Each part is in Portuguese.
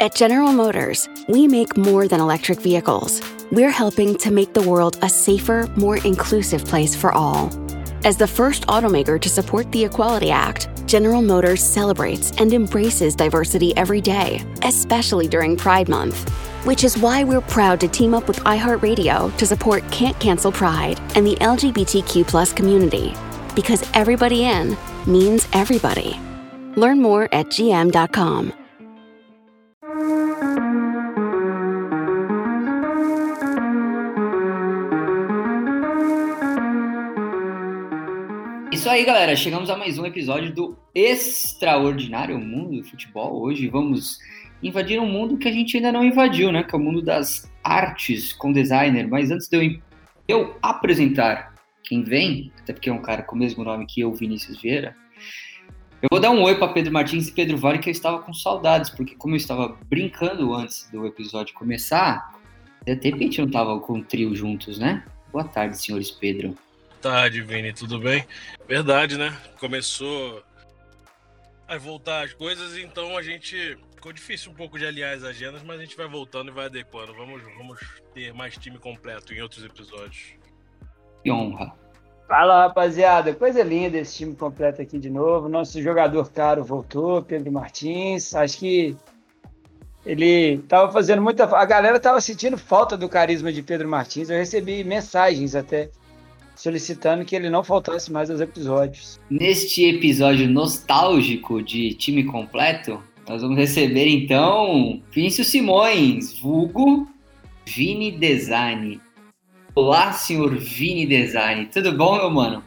At General Motors, we make more than electric vehicles. We're helping to make the world a safer, more inclusive place for all. As the first automaker to support the Equality Act, General Motors celebrates and embraces diversity every day, especially during Pride Month. Which is why we're proud to team up with iHeartRadio to support Can't Cancel Pride and the LGBTQ+ community. Because everybody in means everybody. Learn more at gm.com. Isso aí, galera. Chegamos a mais um episódio do Extraordinário Mundo do Futebol. Hoje vamos invadir um mundo que a gente ainda não invadiu, né? Que é o mundo das artes com designer. Mas antes de eu apresentar quem vem, até porque é um cara com o mesmo nome que eu, Vinícius Vieira, eu vou dar um oi para Pedro Martins e Pedro Vale, que eu estava com saudades, porque como eu estava brincando antes do episódio começar, até que a gente não estava com o trio juntos, né? Boa tarde, senhores Pedro. Boa tarde, Vini, tudo bem? Verdade, né? Começou a voltar as coisas, então a gente... Ficou difícil um pouco de alinhar as agendas, mas a gente vai voltando e vai adequando. Vamos ter mais time completo em outros episódios. Que honra. Fala, rapaziada. Coisa linda esse time completo aqui de novo. Nosso jogador caro voltou, Pedro Martins. Acho que ele estava fazendo muita... A galera estava sentindo falta do carisma de Pedro Martins. Eu recebi mensagens até solicitando que ele não faltasse mais aos episódios. Neste episódio nostálgico de time completo, nós vamos receber, então, Vinícius Simões, vulgo Vini Design. Olá, senhor Vini Design. Tudo bom, meu mano?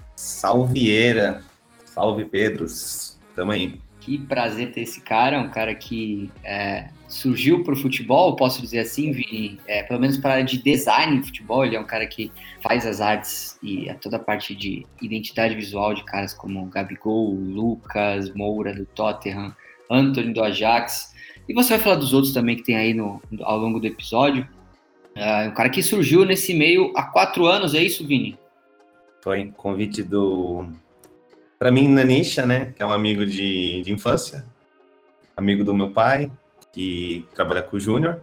Salve, salve, Pedros. Tamo aí. Que prazer ter esse cara, um cara que surgiu pro futebol, posso dizer assim, Vini, pelo menos para a área de design de futebol. Ele é um cara que faz as artes e toda a parte de identidade visual de caras como Gabigol, Lucas Moura do Tottenham, Antony do Ajax, e você vai falar dos outros também que tem aí ao longo do episódio. Um cara que surgiu nesse meio há 4 anos, é isso, Vini? Foi convite pra mim, Nanisha, né, que é um amigo de infância, amigo do meu pai, que trabalha com o Júnior,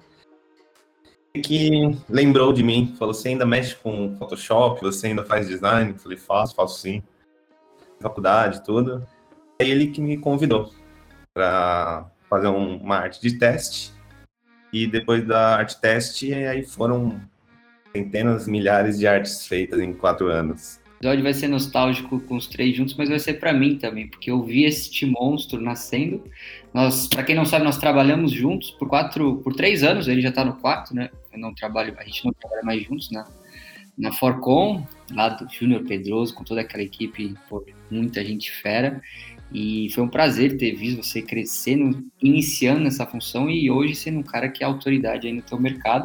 que lembrou de mim, falou, você ainda mexe com Photoshop, você ainda faz design? Eu falei, faço sim, faculdade, tudo. É ele que me convidou para fazer uma arte de teste, e depois da arte teste, aí foram centenas, milhares de artes feitas em 4 anos. O episódio vai ser nostálgico com os 3 juntos, mas vai ser para mim também, porque eu vi este monstro nascendo. Nós, para quem não sabe, nós trabalhamos juntos por 3 anos, ele já está no 4, né? A gente não trabalha mais juntos na Forcom, lá do Júnior Pedroso, com toda aquela equipe, muita gente fera. E foi um prazer ter visto você crescendo, iniciando nessa função e hoje sendo um cara que é autoridade aí no teu mercado.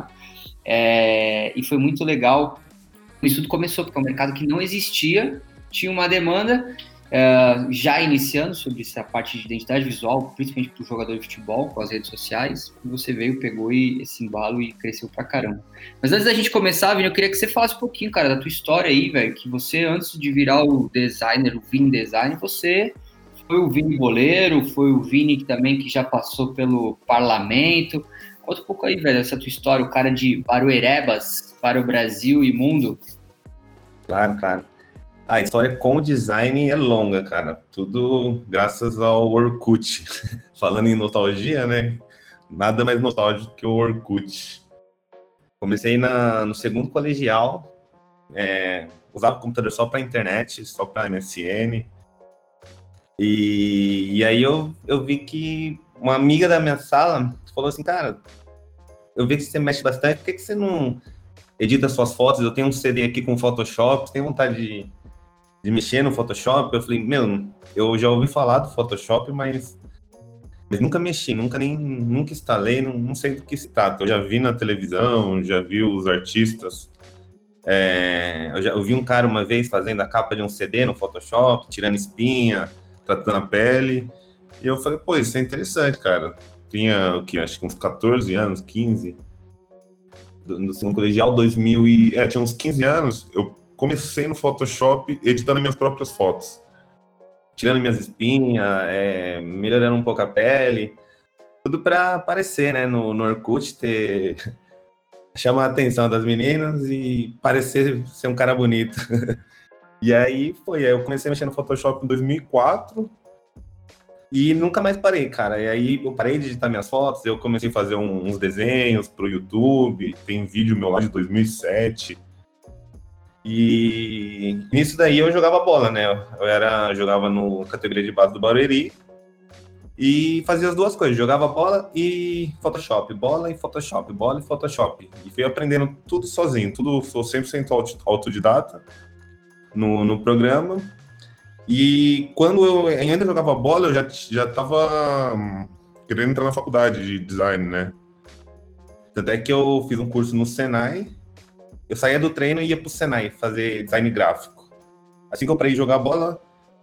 E foi muito legal. Isso tudo começou porque é um mercado que não existia, tinha uma demanda já iniciando sobre essa parte de identidade visual, principalmente para o jogador de futebol, com as redes sociais. E você veio, pegou esse embalo e cresceu pra caramba. Mas antes da gente começar, Vini, eu queria que você falasse um pouquinho, cara, da tua história aí, velho, que você, antes de virar o designer, o Vini Design, você... Foi o Vini Boleiro, foi o Vini que já passou pelo parlamento. Conta um pouco aí, velho, essa tua história, o cara de Baruerebas para o Brasil e mundo. Claro. A história com o design é longa, cara. Tudo graças ao Orkut. Falando em nostalgia, né? Nada mais nostálgico que o Orkut. Comecei no segundo colegial, usava o computador só para internet, só para MSN. E aí eu vi que uma amiga da minha sala falou assim, cara, eu vi que você mexe bastante, por que você não edita suas fotos? Eu tenho um CD aqui com Photoshop, você tem vontade de mexer no Photoshop? Eu falei, eu já ouvi falar do Photoshop, mas nunca mexi, nunca instalei, não sei do que se trata. Eu já vi na televisão, já vi os artistas. Eu vi um cara uma vez fazendo a capa de um CD no Photoshop, tirando espinha, tratando a pele, e eu falei, isso é interessante, cara. Tinha, acho que uns 14 anos, 15, no segundo colegial, 2000 tinha uns 15 anos, eu comecei no Photoshop editando minhas próprias fotos, tirando minhas espinhas, melhorando um pouco a pele, tudo pra aparecer, né, no Orkut, chamar a atenção das meninas e parecer ser um cara bonito. E aí eu comecei a mexer no Photoshop em 2004 e nunca mais parei, cara. E aí eu parei de editar minhas fotos, eu comecei a fazer uns desenhos pro YouTube, tem vídeo meu lá de 2007. E nisso daí eu jogava bola, né? Jogava no categoria de base do Barueri e fazia as duas coisas, jogava bola e Photoshop, bola e Photoshop, bola e Photoshop. E fui aprendendo tudo sozinho, sou 100% autodidata no programa. E quando eu ainda jogava bola, eu já tava querendo entrar na faculdade de design, né? Tanto é que eu fiz um curso no Senai, eu saía do treino e ia pro Senai fazer design gráfico. Assim que eu parei de jogar bola,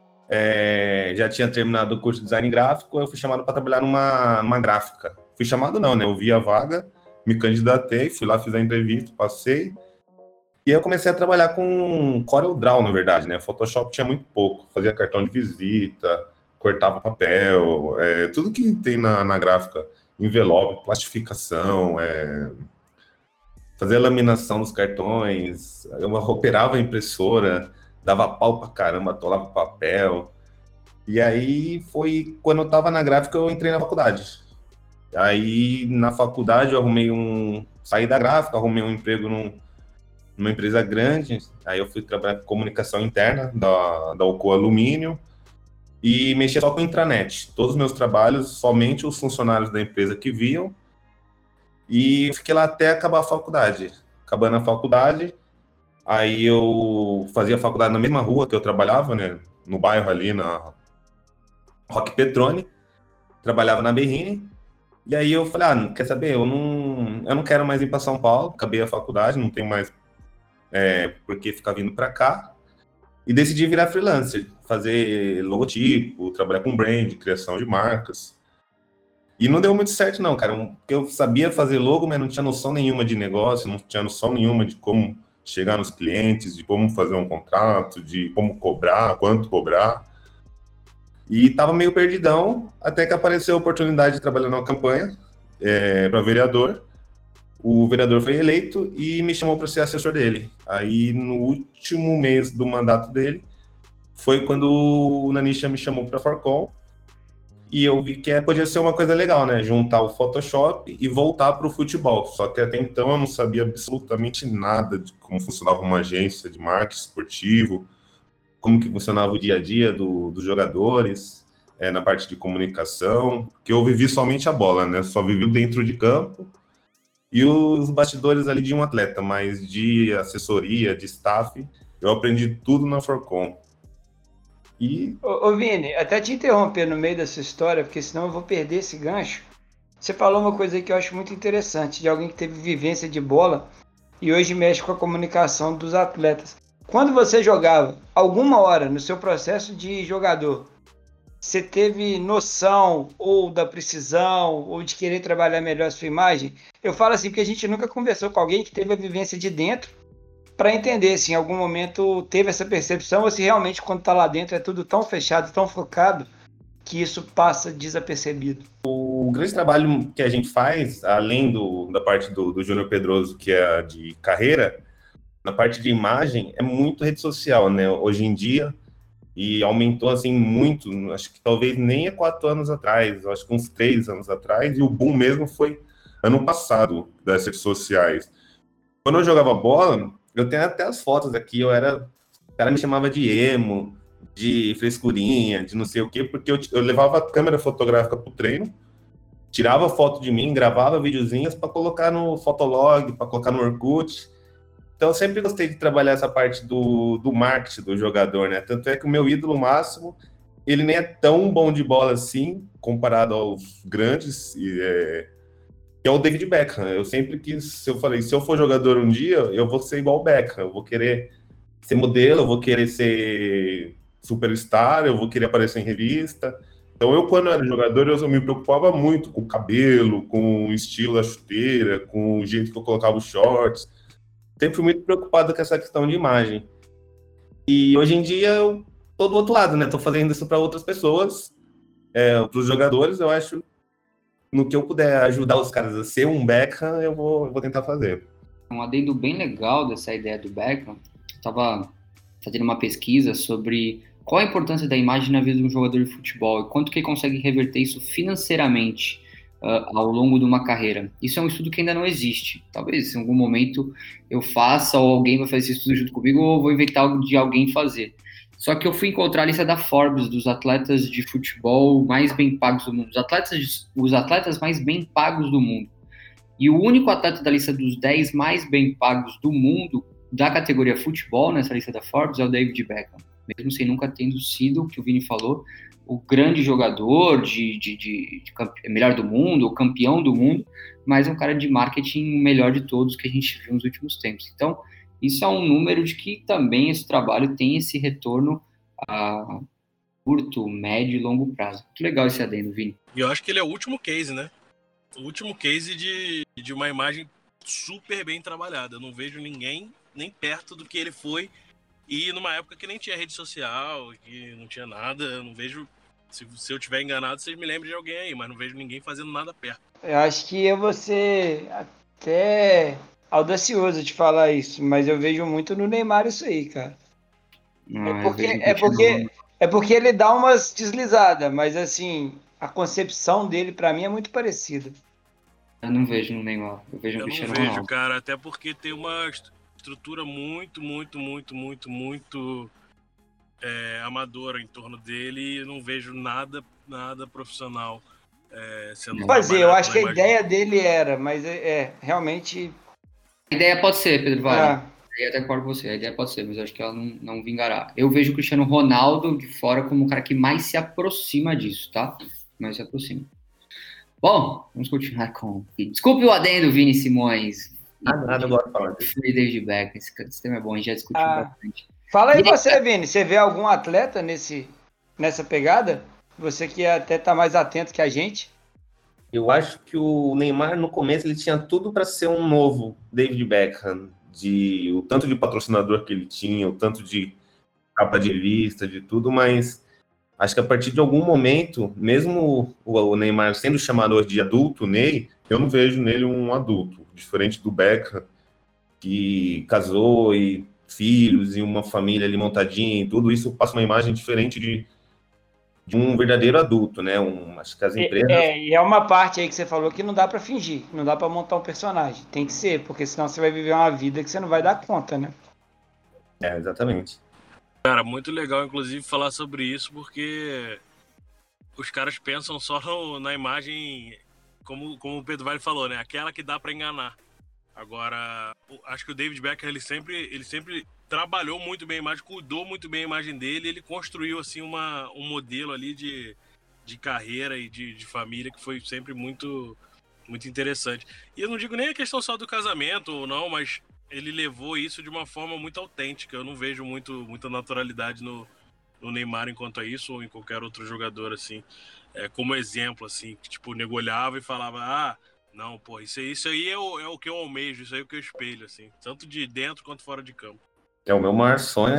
já tinha terminado o curso de design gráfico, eu fui chamado para trabalhar numa gráfica. Fui chamado não, né? Eu vi a vaga, me candidatei, fui lá, fiz a entrevista, passei. E aí eu comecei a trabalhar com CorelDRAW, na verdade, né? Photoshop tinha muito pouco. Fazia cartão de visita, cortava papel, tudo que tem na gráfica. Envelope, plastificação, fazia laminação dos cartões, eu operava a impressora, dava pau pra caramba, atolava papel. E aí foi quando eu tava na gráfica, eu entrei na faculdade. Aí na faculdade eu saí da gráfica, arrumei um emprego numa empresa grande, aí eu fui trabalhar com comunicação interna da Alcoa Alumínio e mexia só com intranet. Todos os meus trabalhos, somente os funcionários da empresa que viam, e eu fiquei lá até acabar a faculdade. Acabando a faculdade, aí eu fazia faculdade na mesma rua que eu trabalhava, né, no bairro ali, na Roque Petrone, trabalhava na Berrini. E aí eu falei, quer saber, eu não quero mais ir para São Paulo, acabei a faculdade, não tenho mais por que ficar vindo para cá. E decidi virar freelancer, fazer logotipo, trabalhar com brand, criação de marcas. E não deu muito certo não, cara, porque eu sabia fazer logo, mas não tinha noção nenhuma de negócio, não tinha noção nenhuma de como chegar nos clientes, de como fazer um contrato, de como cobrar, quanto cobrar. E tava meio perdidão, até que apareceu a oportunidade de trabalhar numa campanha para vereador. O vereador foi eleito e me chamou para ser assessor dele. Aí, no último mês do mandato dele, foi quando o Nanisha me chamou para a Forcon. E eu vi que podia ser uma coisa legal, né? Juntar o Photoshop e voltar para o futebol. Só que até então eu não sabia absolutamente nada de como funcionava uma agência de marketing esportivo, como que funcionava o dia a dia dos jogadores, na parte de comunicação, que eu vivi somente a bola, né? Só vivi dentro de campo e os bastidores ali de um atleta, mas de assessoria, de staff, eu aprendi tudo na Forcon. Ô Vini, até te interromper no meio dessa história, porque senão eu vou perder esse gancho. Você falou uma coisa aí que eu acho muito interessante, de alguém que teve vivência de bola e hoje mexe com a comunicação dos atletas. Quando você jogava, alguma hora no seu processo de jogador, você teve noção ou da precisão ou de querer trabalhar melhor a sua imagem? Eu falo assim porque a gente nunca conversou com alguém que teve a vivência de dentro para entender se em algum momento teve essa percepção ou se realmente quando está lá dentro é tudo tão fechado, tão focado, que isso passa desapercebido. O grande trabalho que a gente faz, além da parte do Júnior Pedroso, que é a de carreira, na parte de imagem, é muito rede social, né? Hoje em dia, e aumentou, assim, muito, acho que talvez nem há 4 anos atrás, acho que uns 3 anos atrás, e o boom mesmo foi ano passado, das redes sociais. Quando eu jogava bola, eu tenho até as fotos aqui, o cara me chamava de emo, de frescurinha, de não sei o quê, porque eu levava a câmera fotográfica pro treino, tirava foto de mim, gravava videozinhos para colocar no Fotolog, para colocar no Orkut. Então, eu sempre gostei de trabalhar essa parte do marketing do jogador, né? Tanto é que o meu ídolo máximo, ele nem é tão bom de bola assim, comparado aos grandes, que é o David Beckham. Eu sempre quis, eu falei, se eu for jogador um dia, eu vou ser igual o Beckham, eu vou querer ser modelo, eu vou querer ser superstar, eu vou querer aparecer em revista. Então, eu, quando era jogador, eu me preocupava muito com o cabelo, com o estilo da chuteira, com o jeito que eu colocava os shorts. Sempre fui muito preocupado com essa questão de imagem. E hoje em dia eu tô do outro lado, né? Tô fazendo isso para outras pessoas, para os jogadores. Eu acho no que eu puder ajudar os caras a ser um Beckham, eu vou tentar fazer. Um adendo bem legal dessa ideia do Beckham. Eu estava fazendo uma pesquisa sobre qual a importância da imagem na vida de um jogador de futebol e quanto que ele consegue reverter isso financeiramente ao longo de uma carreira. Isso é um estudo que ainda não existe. Talvez em algum momento eu faça, ou alguém vai fazer esse estudo junto comigo, ou eu vou inventar algo de alguém fazer. Só que eu fui encontrar a lista da Forbes dos atletas de futebol mais bem pagos do mundo, os atletas mais bem pagos do mundo. E o único atleta da lista dos 10 mais bem pagos do mundo, da categoria futebol, nessa lista da Forbes, é o David Beckham. Mesmo sem nunca tendo sido, o que o Vini falou, o grande jogador melhor do mundo, o campeão do mundo, mas um cara de marketing melhor de todos que a gente viu nos últimos tempos. Então, isso é um número de que também esse trabalho tem esse retorno a curto, médio e longo prazo. Muito legal esse adendo, Vini. E eu acho que ele é o último case, né? O último case de uma imagem super bem trabalhada. Eu não vejo ninguém nem perto do que ele foi. E numa época que nem tinha rede social, que não tinha nada, eu não vejo... Se eu tiver enganado, vocês me lembrem de alguém aí, mas não vejo ninguém fazendo nada perto. Eu acho que eu vou ser até audacioso de falar isso, mas eu vejo muito no Neymar isso aí, cara. É porque ele dá umas deslizadas, mas assim, a concepção dele pra mim é muito parecida. Eu não vejo no Neymar, eu vejo no Cristiano Ronaldo. Eu não vejo, cara, até porque tem uma estrutura muito amadora em torno dele e não vejo nada profissional sendo fazer. Eu acho que a ideia dele era, mas realmente... A ideia pode ser, Pedro Vale. Eu até concordo com você, a ideia pode ser, mas eu acho que ela não vingará. Eu vejo o Cristiano Ronaldo de fora como o cara que mais se aproxima disso, tá? Mais se aproxima. Bom, vamos continuar com... Desculpe o adendo, Vini Simões. Nada, eu gosto de falar disso. David Beckham, esse tema é bom, a gente já discutiu bastante. Fala aí você, Vini, você vê algum atleta nessa pegada? Você que até tá mais atento que a gente. Eu acho que o Neymar, no começo, ele tinha tudo para ser um novo David Beckham. O tanto de patrocinador que ele tinha, o tanto de capa de revista, de tudo, mas acho que a partir de algum momento, mesmo o Neymar sendo chamado de adulto, Ney, eu não vejo nele um adulto, diferente do Beckham, que casou e filhos e uma família ali montadinha e tudo isso passa uma imagem diferente de um verdadeiro adulto, né? Acho que as empresas... E é uma parte aí que você falou que não dá para fingir, não dá para montar um personagem. Tem que ser, porque senão você vai viver uma vida que você não vai dar conta, né? Exatamente. Cara, muito legal, inclusive, falar sobre isso, porque os caras pensam só na imagem, como o Pedro Vale falou, né? Aquela que dá para enganar. Agora, acho que o David Beckham, ele sempre trabalhou muito bem a imagem, cuidou muito bem a imagem dele, ele construiu assim um modelo ali de carreira e de família que foi sempre muito, muito interessante. E eu não digo nem a questão só do casamento ou não, mas ele levou isso de uma forma muito autêntica. Eu não vejo muita naturalidade no Neymar enquanto a isso, ou em qualquer outro jogador, assim, como exemplo, assim, que tipo, o nego olhava e falava, não, pô, isso aí é o que eu almejo, isso aí é o que eu espelho, assim, tanto de dentro quanto fora de campo. O meu maior sonho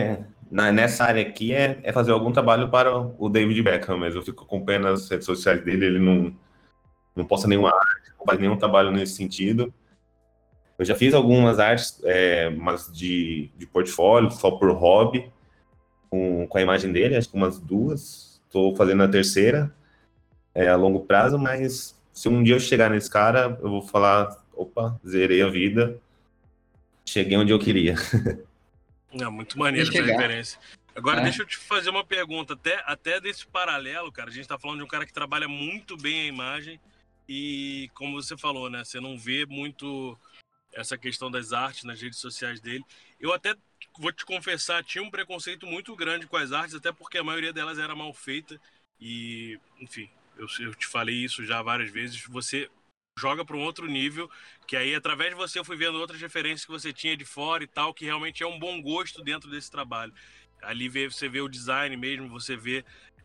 nessa área aqui é fazer algum trabalho para o David Beckham, mas eu fico acompanhando as redes sociais dele, ele não posta nenhuma arte, não faz nenhum trabalho nesse sentido. Eu já fiz algumas artes, mas de portfólio, só por hobby, com a imagem dele, acho que umas 2. Estou fazendo a terceira, a longo prazo, mas se um dia eu chegar nesse cara, eu vou falar, opa, zerei a vida, cheguei onde eu queria. Muito maneiro essa referência. Agora, deixa eu te fazer uma pergunta, até desse paralelo, cara, a gente tá falando de um cara que trabalha muito bem a imagem e, como você falou, né, você não vê muito essa questão das artes nas redes sociais dele. Eu até vou te confessar, tinha um preconceito muito grande com as artes, até porque a maioria delas era mal feita e, enfim, eu te falei isso já várias vezes, você joga para um outro nível, que aí através de você eu fui vendo outras referências que você tinha de fora e tal, que realmente é um bom gosto dentro desse trabalho. Ali você vê o design mesmo, você vê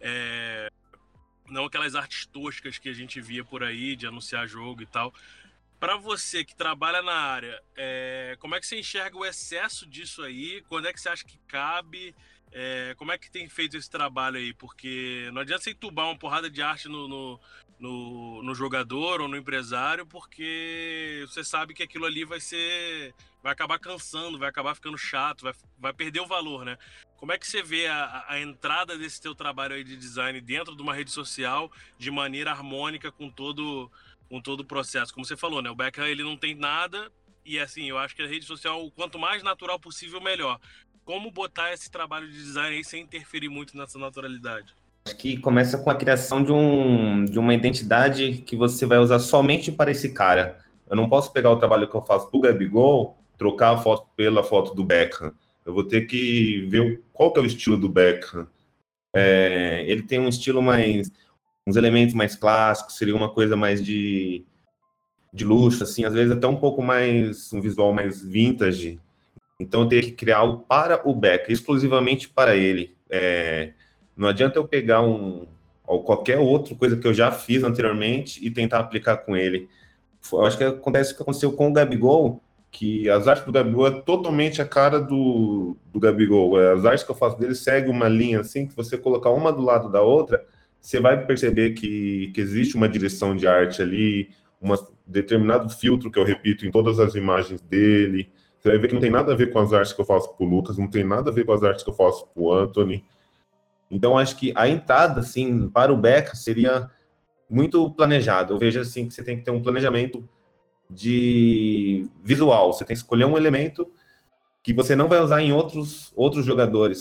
não aquelas artes toscas que a gente via por aí, de anunciar jogo e tal. Para você que trabalha na área, como é que você enxerga o excesso disso aí? Quando é que você acha que cabe? Como é que tem feito esse trabalho aí? Porque não adianta você entubar uma porrada de arte no jogador ou no empresário, porque você sabe que aquilo ali vai acabar cansando, vai acabar ficando chato, vai perder o valor, né? Como é que você vê a entrada desse teu trabalho aí de design dentro de uma rede social de maneira harmônica com todo o processo? Como você falou, né? O Beckham, ele não tem nada e, assim, eu acho que a rede social, quanto mais natural possível, melhor. Como botar esse trabalho de design aí sem interferir muito nessa naturalidade? Acho que começa com a criação de uma identidade que você vai usar somente para esse cara. Eu não posso pegar o trabalho que eu faço pro Gabigol, trocar a foto pela foto do Beckham. Eu vou ter que ver qual que é o estilo do Beckham. Ele tem um estilo mais... uns elementos mais clássicos, seria uma coisa mais de luxo, assim, às vezes até um pouco mais... um visual mais vintage. Então eu teria que criar algo para o Beckham, exclusivamente para ele. Não adianta eu pegar ou qualquer outra coisa que eu já fiz anteriormente e tentar aplicar com ele. Eu acho que acontece o que aconteceu com o Gabigol, que as artes do Gabigol é totalmente a cara do Gabigol. As artes que eu faço dele seguem uma linha assim, que você colocar uma do lado da outra, você vai perceber que existe uma direção de arte ali, um determinado filtro que eu repito em todas as imagens dele. Você vai ver que não tem nada a ver com as artes que eu faço pro Lucas, não tem nada a ver com as artes que eu faço pro Anthony. Então, acho que a entrada, assim, para o Beckham seria muito planejado. Eu vejo, assim, que você tem que ter um planejamento de visual. Você tem que escolher um elemento que você não vai usar em outros jogadores.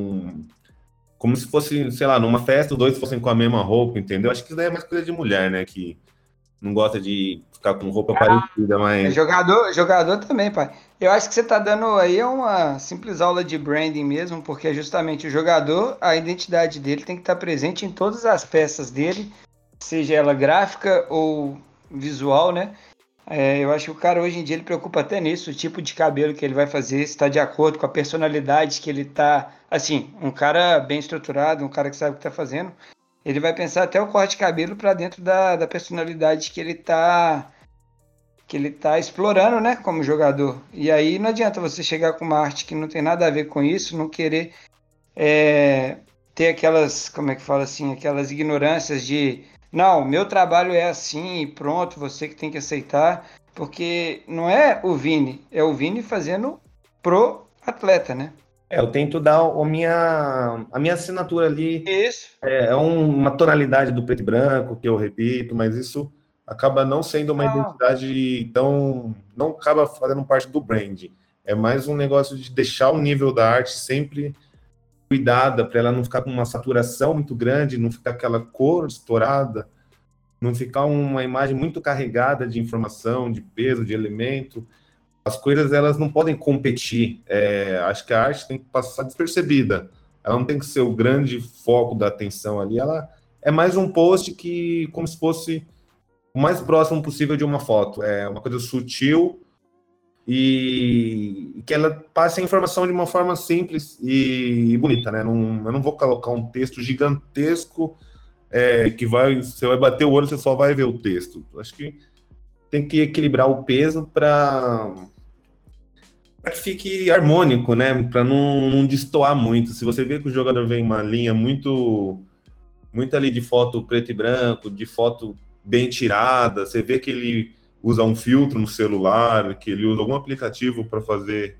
Como se fosse, sei lá, numa festa, os dois fossem com a mesma roupa, entendeu? Acho que isso daí é mais coisa de mulher, né? Que não gosta de ficar com roupa parecida, mas... Jogador também, pai. Eu acho que você está dando aí uma simples aula de branding mesmo, porque é justamente o jogador, a identidade dele tem que estar presente em todas as peças dele, seja ela gráfica ou visual, né? Eu acho que o cara hoje em dia ele preocupa até nisso, o tipo de cabelo que ele vai fazer, se está de acordo com a personalidade que ele tá. Assim, um cara bem estruturado, um cara que sabe o que está fazendo, ele vai pensar até o corte de cabelo para dentro da personalidade que ele tá explorando, né, como jogador. E aí não adianta você chegar com uma arte que não tem nada a ver com isso, não querer ter aquelas, como é que fala assim, aquelas ignorâncias de não, meu trabalho é assim e pronto, você que tem que aceitar, porque não é o Vini, é o Vini fazendo pro atleta, né? Eu tento dar a minha assinatura ali. Isso. É uma tonalidade do preto e branco, que eu repito, mas isso acaba não sendo uma identidade tão... não acaba fazendo parte do brand. É mais um negócio de deixar o nível da arte sempre cuidada, para ela não ficar com uma saturação muito grande, não ficar aquela cor estourada, não ficar uma imagem muito carregada de informação, de peso, de elemento. As coisas, elas não podem competir. Acho que a arte tem que passar despercebida. Ela não tem que ser o grande foco da atenção ali. Ela é mais um post que, como se fosse o mais próximo possível de uma foto. É uma coisa sutil e que ela passe a informação de uma forma simples e bonita, né? Eu não vou colocar um texto gigantesco que você vai bater o olho, você só vai ver o texto. Acho que tem que equilibrar o peso para que fique harmônico, né? Para não destoar muito. Se você vê que o jogador vem uma linha muito ali de foto preto e branco, de foto bem tirada, você vê que ele usa um filtro no celular, que ele usa algum aplicativo para fazer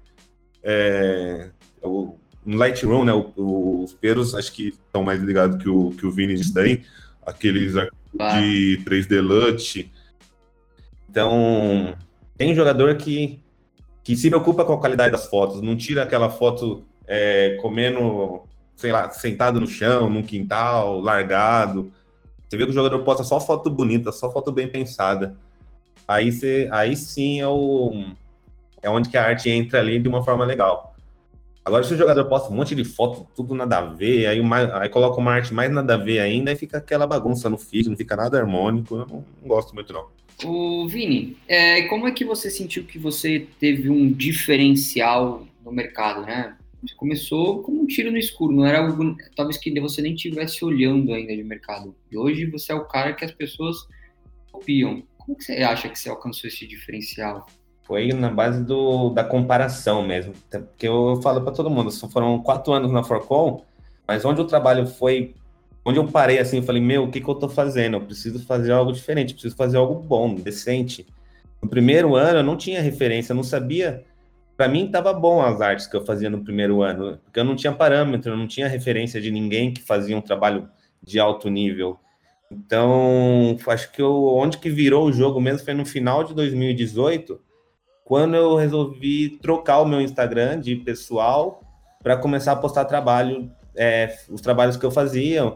um Lightroom, né? Os peros acho que estão mais ligados que o Vini disso daí, aqueles de 3D LUT. Então, tem jogador que se preocupa com a qualidade das fotos, não tira aquela foto comendo, sei lá, sentado no chão, num quintal, largado. Você vê que o jogador posta só foto bonita, só foto bem pensada. Aí sim é onde que a arte entra ali de uma forma legal. Agora, se o jogador posta um monte de foto, tudo nada a ver, aí coloca uma arte mais nada a ver ainda, aí fica aquela bagunça no feed, não fica nada harmônico, eu não gosto muito, não. O Vini, como é que você sentiu que você teve um diferencial no mercado, né? Você começou como um tiro no escuro, não era algo, talvez que você nem estivesse olhando ainda de mercado. E hoje você é o cara que as pessoas copiam. Como que você acha que você alcançou esse diferencial? Foi na base da comparação mesmo. Porque eu falo para todo mundo, foram 4 anos na Forcon, mas onde o trabalho foi, onde eu parei assim, eu falei, meu, o que eu tô fazendo? Eu preciso fazer algo diferente, preciso fazer algo bom, decente. No primeiro ano eu não tinha referência, eu não sabia. Para mim estava bom as artes que eu fazia no primeiro ano, porque eu não tinha parâmetro, eu não tinha referência de ninguém que fazia um trabalho de alto nível. Então, acho que onde que virou o jogo mesmo foi no final de 2018, quando eu resolvi trocar o meu Instagram de pessoal para começar a postar trabalho, os trabalhos que eu fazia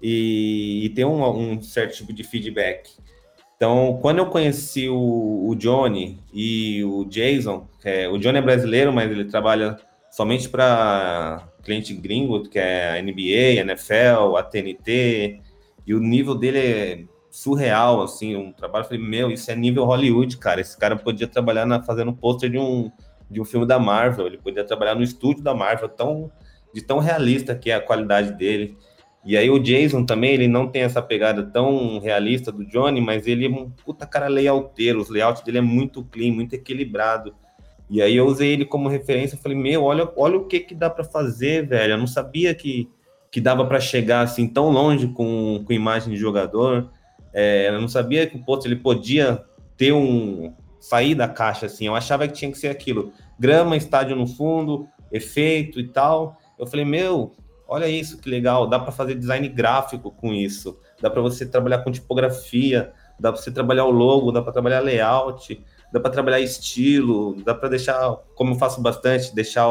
e ter um certo tipo de feedback. Então, quando eu conheci o Johnny e o Jason, o Johnny é brasileiro, mas ele trabalha somente para cliente gringo, que é a NBA, a NFL, a TNT, e o nível dele é surreal, assim, um trabalho, eu falei, meu, isso é nível Hollywood, cara, esse cara podia trabalhar fazendo pôster de um filme da Marvel, ele podia trabalhar no estúdio da Marvel, de tão realista que é a qualidade dele. E aí o Jason também, ele não tem essa pegada tão realista do Johnny, mas ele é um puta cara layouteiro, os layouts dele é muito clean, muito equilibrado. E aí eu usei ele como referência, falei, meu, olha o que dá para fazer, velho. Eu não sabia que dava para chegar assim tão longe com imagem de jogador. Eu não sabia que o posto ele podia ter sair da caixa assim. Eu achava que tinha que ser aquilo, grama, estádio no fundo, efeito e tal. Eu falei, meu, olha isso, que legal, dá para fazer design gráfico com isso, dá para você trabalhar com tipografia, dá para você trabalhar o logo, dá para trabalhar layout, dá para trabalhar estilo, dá para deixar, como eu faço bastante, deixar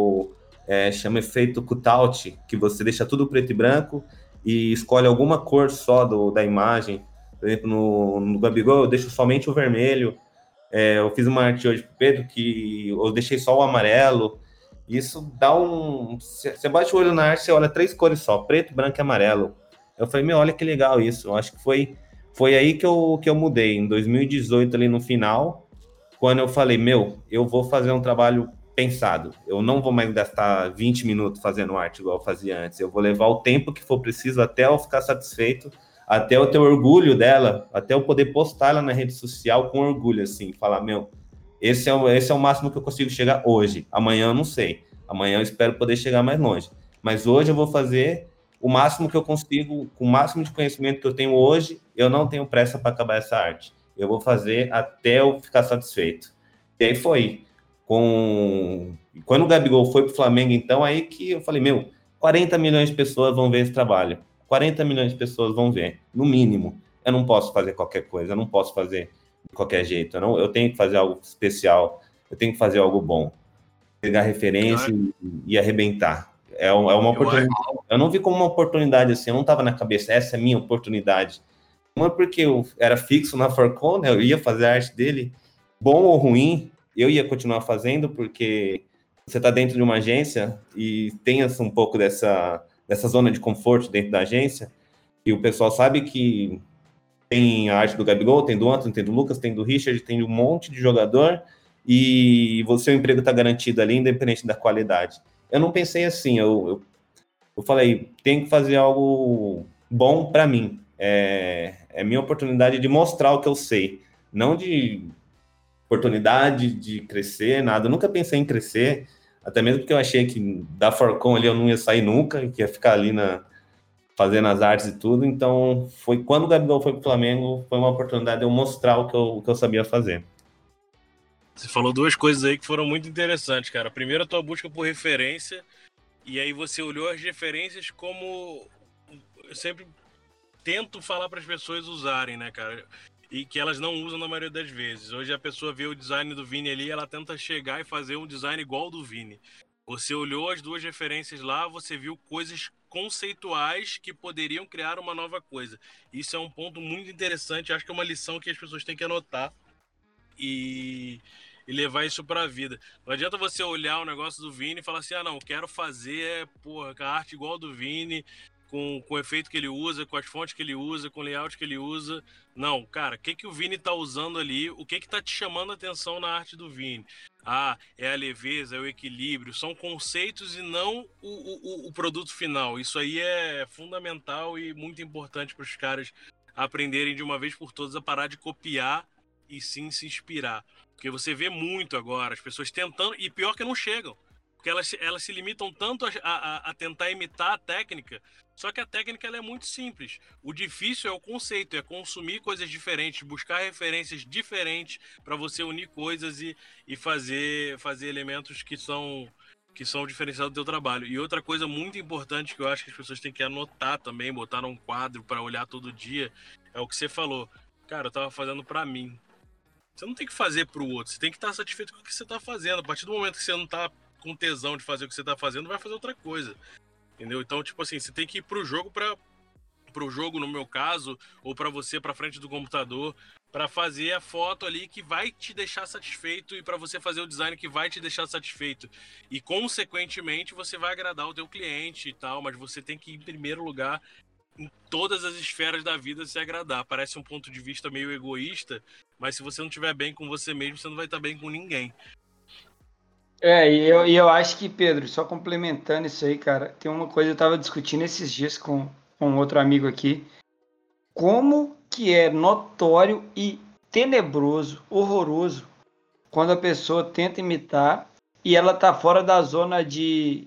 chama efeito cutout, que você deixa tudo preto e branco e escolhe alguma cor só da imagem. Por exemplo, no Gabigol eu deixo somente o vermelho. Eu fiz uma arte hoje pro Pedro que eu deixei só o amarelo. Isso dá Você bate o olho na arte, você olha 3 cores só, preto, branco e amarelo. Eu falei, meu, olha que legal isso. Eu acho que foi aí que eu mudei, em 2018, ali no final, quando eu falei, meu, eu vou fazer um trabalho pensado. Eu não vou mais gastar 20 minutos fazendo arte igual eu fazia antes. Eu vou levar o tempo que for preciso até eu ficar satisfeito, até eu ter orgulho dela, até eu poder postar ela na rede social com orgulho, assim, falar, meu, esse é o máximo que eu consigo chegar hoje. Amanhã eu não sei. Amanhã eu espero poder chegar mais longe. Mas hoje eu vou fazer o máximo que eu consigo, com o máximo de conhecimento que eu tenho hoje. Eu não tenho pressa para acabar essa arte. Eu vou fazer até eu ficar satisfeito. E aí foi. Quando o Gabigol foi para o Flamengo, então, aí que eu falei, meu, 40 milhões de pessoas vão ver esse trabalho. 40 milhões de pessoas vão ver, no mínimo. Eu não posso fazer qualquer coisa, eu não posso fazer de qualquer jeito. Eu tenho que fazer algo especial, eu tenho que fazer algo bom. Pegar referência e arrebentar. É uma oportunidade. Eu não vi como uma oportunidade assim, eu não estava na cabeça, essa é a minha oportunidade. Uma porque eu era fixo na Forcon, né? Eu ia fazer a arte dele, bom ou ruim, eu ia continuar fazendo, porque você está dentro de uma agência e tem um pouco dessa zona de conforto dentro da agência, e o pessoal sabe que tem a arte do Gabigol, tem do Antony, tem do Lucas, tem do Richard, tem um monte de jogador, e o seu emprego está garantido ali, independente da qualidade. Eu não pensei assim, eu falei, tem que fazer algo bom para mim. É minha oportunidade de mostrar o que eu sei, não de oportunidade de crescer, nada. Eu nunca pensei em crescer, até mesmo porque eu achei que da Forcon ali eu não ia sair nunca, que ia ficar ali fazendo as artes e tudo. Então, foi quando o Gabigol foi para o Flamengo, foi uma oportunidade de eu mostrar o que eu sabia fazer. Você falou 2 coisas aí que foram muito interessantes, cara. Primeiro, a tua busca por referência, e aí você olhou as referências como eu sempre tento falar para as pessoas usarem, né, cara? E que elas não usam na maioria das vezes. Hoje a pessoa vê o design do Vini ali, ela tenta chegar e fazer um design igual ao do Vini. Você olhou as 2 referências lá, você viu coisas conceituais que poderiam criar uma nova coisa. Isso é um ponto muito interessante, acho que é uma lição que as pessoas têm que anotar e levar isso pra vida. Não adianta você olhar o negócio do Vini e falar assim, não, quero fazer a arte igual do Vini, com o efeito que ele usa, com as fontes que ele usa, com o layout que ele usa. Não, cara, o que o Vini tá usando ali, o que tá te chamando a atenção na arte do Vini? É a leveza, é o equilíbrio, são conceitos e não o produto final. Isso aí é fundamental e muito importante para os caras aprenderem de uma vez por todas a parar de copiar e sim se inspirar. Porque você vê muito agora as pessoas tentando, e pior que não chegam. Porque elas se limitam tanto a tentar imitar a técnica, só que a técnica ela é muito simples. O difícil é o conceito, é consumir coisas diferentes, buscar referências diferentes para você unir coisas e fazer elementos que são diferenciados do teu trabalho. E outra coisa muito importante que eu acho que as pessoas têm que anotar também, botar num quadro para olhar todo dia, é o que você falou. Cara, eu tava fazendo para mim. Você não tem que fazer pro outro, você tem que estar satisfeito com o que você tá fazendo. A partir do momento que você não tá com tesão de fazer o que você tá fazendo, vai fazer outra coisa. Entendeu? Então, tipo assim, você tem que ir pro jogo, no meu caso, ou pra você, pra frente do computador, pra fazer a foto ali que vai te deixar satisfeito e pra você fazer o design que vai te deixar satisfeito. E, consequentemente, você vai agradar o teu cliente e tal, mas você tem que ir em primeiro lugar em todas as esferas da vida se agradar. Parece um ponto de vista meio egoísta, mas se você não estiver bem com você mesmo, você não vai estar bem com ninguém. E eu acho que, Pedro, só complementando isso aí, cara, tem uma coisa que eu tava discutindo esses dias com outro amigo aqui. Como que é notório e tenebroso, horroroso, quando a pessoa tenta imitar e ela tá fora da zona de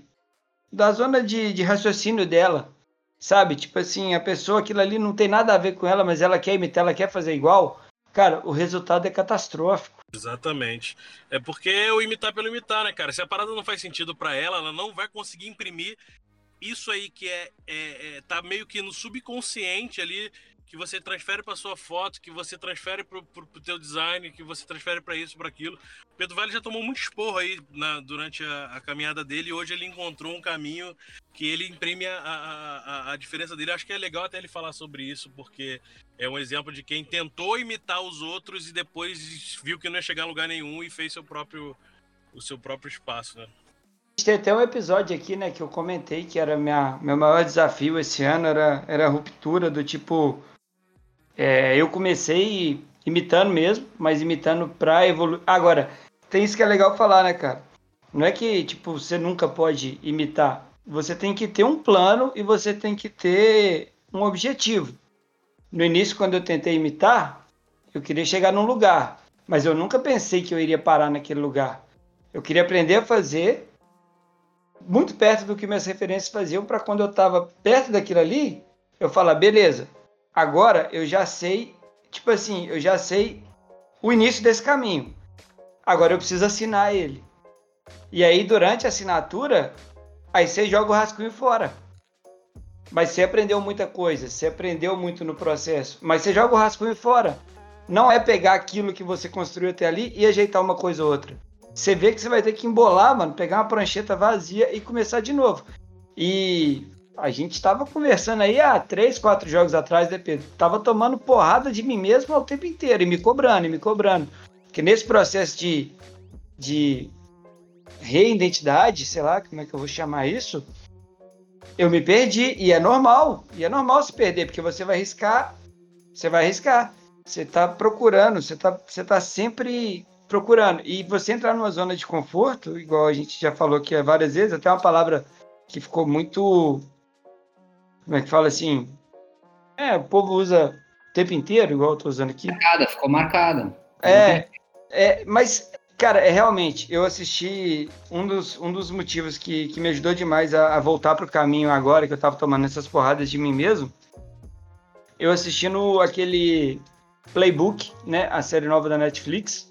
raciocínio dela, sabe? Tipo assim, a pessoa, aquilo ali não tem nada a ver com ela, mas ela quer imitar, ela quer fazer igual. Cara, o resultado é catastrófico. Exatamente. É porque é o imitar pelo imitar, né, cara? Se a parada não faz sentido pra ela, ela não vai conseguir imprimir isso aí que tá meio que no subconsciente ali, que você transfere para sua foto, que você transfere pro teu design, que você transfere para isso, para aquilo. O Pedro Vale já tomou muito esporro aí durante a caminhada dele, e hoje ele encontrou um caminho que ele imprime a diferença dele. Acho que é legal até ele falar sobre isso, porque é um exemplo de quem tentou imitar os outros e depois viu que não ia chegar a lugar nenhum e fez o seu próprio espaço, né? A gente tem até um episódio aqui, né, que eu comentei que era meu maior desafio esse ano, era a ruptura do tipo... eu comecei imitando mesmo, mas imitando pra evoluir. Agora, tem isso que é legal falar, né, cara? Não é que, tipo, você nunca pode imitar. Você tem que ter um plano e você tem que ter um objetivo. No início, quando eu tentei imitar, eu queria chegar num lugar, mas eu nunca pensei que eu iria parar naquele lugar. Eu queria aprender a fazer muito perto do que minhas referências faziam, para quando eu estava perto daquilo ali, eu falar, beleza, agora eu já sei, tipo assim, eu já sei o início desse caminho. Agora eu preciso assinar ele. E aí, durante a assinatura, aí você joga o rascunho fora. Mas você aprendeu muita coisa, você aprendeu muito no processo, mas você joga o rascunho fora. Não é pegar aquilo que você construiu até ali e ajeitar uma coisa ou outra. Você vê que você vai ter que embolar, mano, pegar uma prancheta vazia e começar de novo. E a gente estava conversando aí há 3, 4 jogos atrás, né, Pedro? Tava tomando porrada de mim mesmo ao tempo inteiro, e me cobrando. Porque nesse processo de reidentidade, sei lá, como é que eu vou chamar isso, eu me perdi, e é normal se perder, porque você vai arriscar, você tá procurando, você tá sempre procurando, e você entrar numa zona de conforto, igual a gente já falou aqui várias vezes, até uma palavra que ficou muito, como é que fala assim, o povo usa o tempo inteiro, igual eu tô usando aqui. Ficou marcada. Mas, cara, realmente, eu assisti, um dos motivos que me ajudou demais a voltar pro caminho agora, que eu tava tomando essas porradas de mim mesmo, eu assistindo aquele Playbook, né, a série nova da Netflix,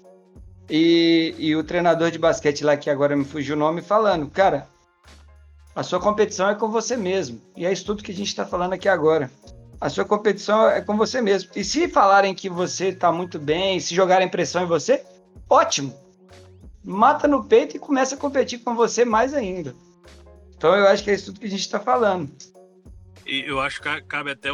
e o treinador de basquete lá, que agora me fugiu o nome, falando, cara, a sua competição é com você mesmo, e é isso tudo que a gente tá falando aqui agora. A sua competição é com você mesmo. E se falarem que você tá muito bem, se jogarem pressão em você, ótimo. Mata no peito e começa a competir com você mais ainda. Então eu acho que é isso tudo que a gente está falando. E eu acho que cabe até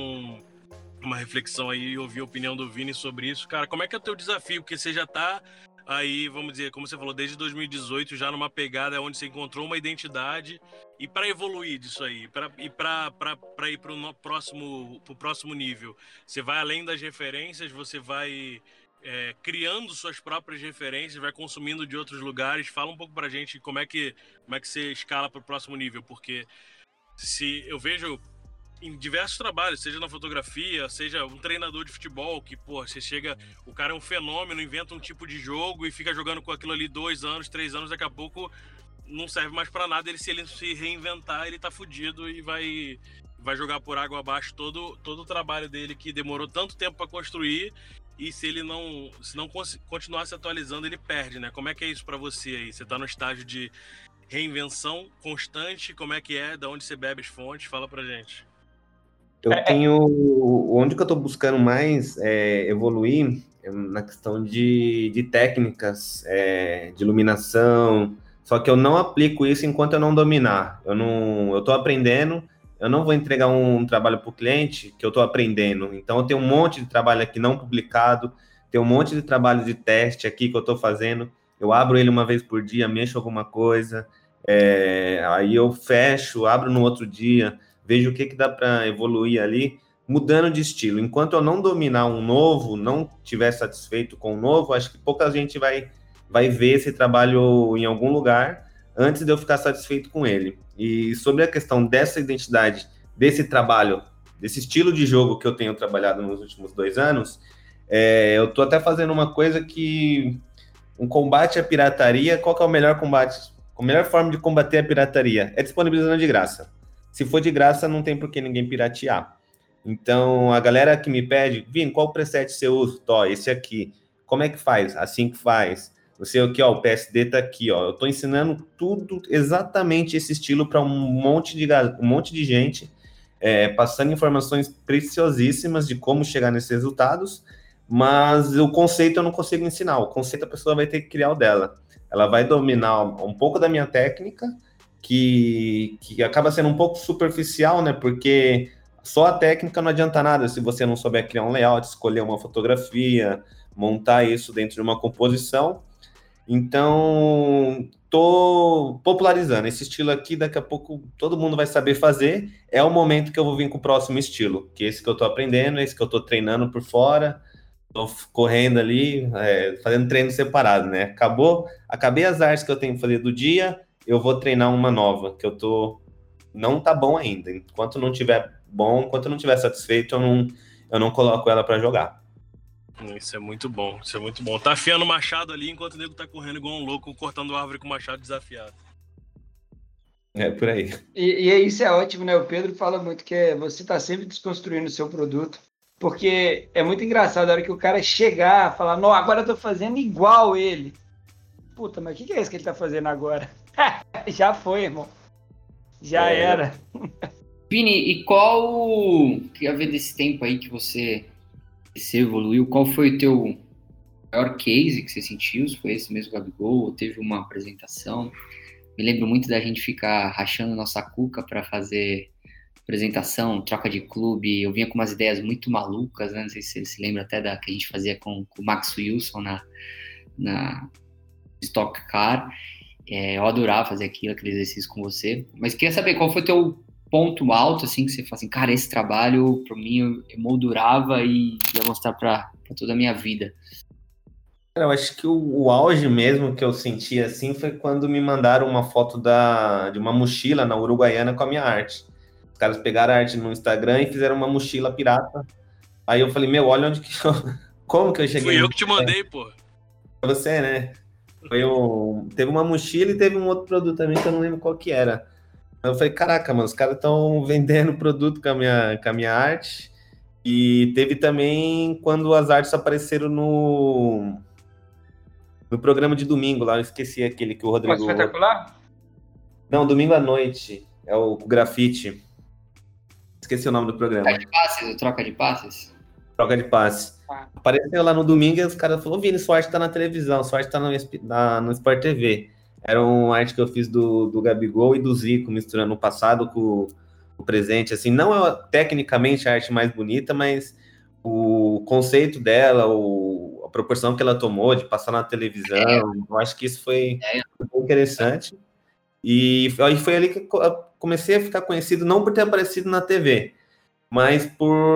uma reflexão aí, ouvir a opinião do Vini sobre isso. Cara, como é que é o teu desafio? Porque você já tá aí, vamos dizer, como você falou, desde 2018, já numa pegada onde você encontrou uma identidade. E para evoluir disso aí, para ir para o próximo nível, você vai além das referências, você vai criando suas próprias referências, vai consumindo de outros lugares. Fala um pouco pra gente como é que você escala para o próximo nível, porque se eu vejo em diversos trabalhos, seja na fotografia, seja um treinador de futebol, que, pô, você chega, o cara é um fenômeno, inventa um tipo de jogo e fica jogando com aquilo ali 2 anos, 3 anos, daqui a pouco não serve mais pra nada, se ele se reinventar, ele tá fudido e vai jogar por água abaixo todo o trabalho dele que demorou tanto tempo pra construir, e se ele não continuar se atualizando, ele perde, né? Como é que é isso pra você aí? Você tá no estágio de reinvenção constante? Como é que é? Da onde você bebe as fontes? Fala pra gente. Eu tenho... Onde que eu tô buscando mais evoluir na questão de técnicas, de iluminação, só que eu não aplico isso enquanto eu não dominar. Eu tô aprendendo, eu não vou entregar um trabalho para o cliente que eu tô aprendendo. Então, eu tenho um monte de trabalho aqui não publicado, tenho um monte de trabalho de teste aqui que eu tô fazendo, eu abro ele uma vez por dia, mexo alguma coisa, aí eu fecho, abro no outro dia, vejo o que dá para evoluir ali, mudando de estilo. Enquanto eu não dominar um novo, não estiver satisfeito com o novo, acho que pouca gente vai ver esse trabalho em algum lugar antes de eu ficar satisfeito com ele. E sobre a questão dessa identidade, desse trabalho, desse estilo de jogo que eu tenho trabalhado nos últimos 2 anos, eu estou até fazendo uma coisa que... Um combate à pirataria, qual que é o melhor combate? A melhor forma de combater a pirataria é disponibilizando de graça. Se for de graça, não tem por que ninguém piratear. Então, a galera que me pede, Vini, qual preset você usa? Tó, esse aqui. Como é que faz? Assim que faz. Não sei o que, ó, o PSD tá aqui, ó. Eu tô ensinando tudo, exatamente esse estilo para um monte de gente, passando informações preciosíssimas de como chegar nesses resultados, mas o conceito eu não consigo ensinar. O conceito a pessoa vai ter que criar o dela. Ela vai dominar um pouco da minha técnica, que acaba sendo um pouco superficial, né? Porque só a técnica não adianta nada se você não souber criar um layout, escolher uma fotografia, montar isso dentro de uma composição. Então, tô popularizando esse estilo aqui, daqui a pouco todo mundo vai saber fazer. É o momento que eu vou vir com o próximo estilo, que é esse que eu tô aprendendo, esse que eu tô treinando por fora, tô correndo ali, fazendo treino separado, né? Acabei as artes que eu tenho que fazer do dia, eu vou treinar uma nova, que não tá bom ainda. Enquanto não tiver bom, enquanto não tiver satisfeito, eu não coloco ela para jogar. Isso é muito bom, isso é muito bom. Tá afiando o machado ali enquanto o nego tá correndo igual um louco, cortando árvore com o machado desafiado. É por aí. E isso é ótimo, né? O Pedro fala muito que você tá sempre desconstruindo o seu produto, porque é muito engraçado a hora que o cara chegar, falar, não, agora eu tô fazendo igual ele. Puta, mas o que é isso que ele tá fazendo agora? Já foi, irmão. Já era. Vini, e queria ver desse tempo aí que você evoluiu, qual foi o teu maior case que você sentiu? Se foi esse mesmo Gabigol, ou teve uma apresentação? Me lembro muito da gente ficar rachando nossa cuca para fazer apresentação, troca de clube. Eu vinha com umas ideias muito malucas, né? Não sei se você se lembra até da que a gente fazia com o Max Wilson na Stock Car. Eu adorava fazer aquele exercício com você. Mas queria saber qual foi o teu ponto alto, assim, que você fala assim, cara, esse trabalho, para mim, eu moldurava e ia mostrar para toda a minha vida. Eu acho que o auge mesmo que eu senti, assim, foi quando me mandaram uma foto de uma mochila na Uruguaiana com a minha arte. Os caras pegaram a arte no Instagram e fizeram uma mochila pirata. Aí eu falei, olha onde que como que eu cheguei? Fui eu que te mandei, pô. Você, né? Teve uma mochila e teve um outro produto também que eu não lembro qual que era. Eu falei, caraca, mano, os caras estão vendendo produto com a minha arte. E teve também quando as artes apareceram no programa de domingo lá, eu esqueci aquele que o Rodrigo... Espetacular? Não, domingo à noite, é o grafite. Esqueci o nome do programa. Troca de passes? Troca de passe. Apareceu lá no domingo e os caras falaram, Vini, sua arte tá na televisão, sua arte tá no Sport TV. Era uma arte que eu fiz do Gabigol e do Zico, misturando o passado com o presente. Assim, não é tecnicamente a arte mais bonita, mas o conceito dela, a proporção que ela tomou de passar na televisão, eu acho que isso foi interessante. E aí foi ali que eu comecei a ficar conhecido, não por ter aparecido na TV, mas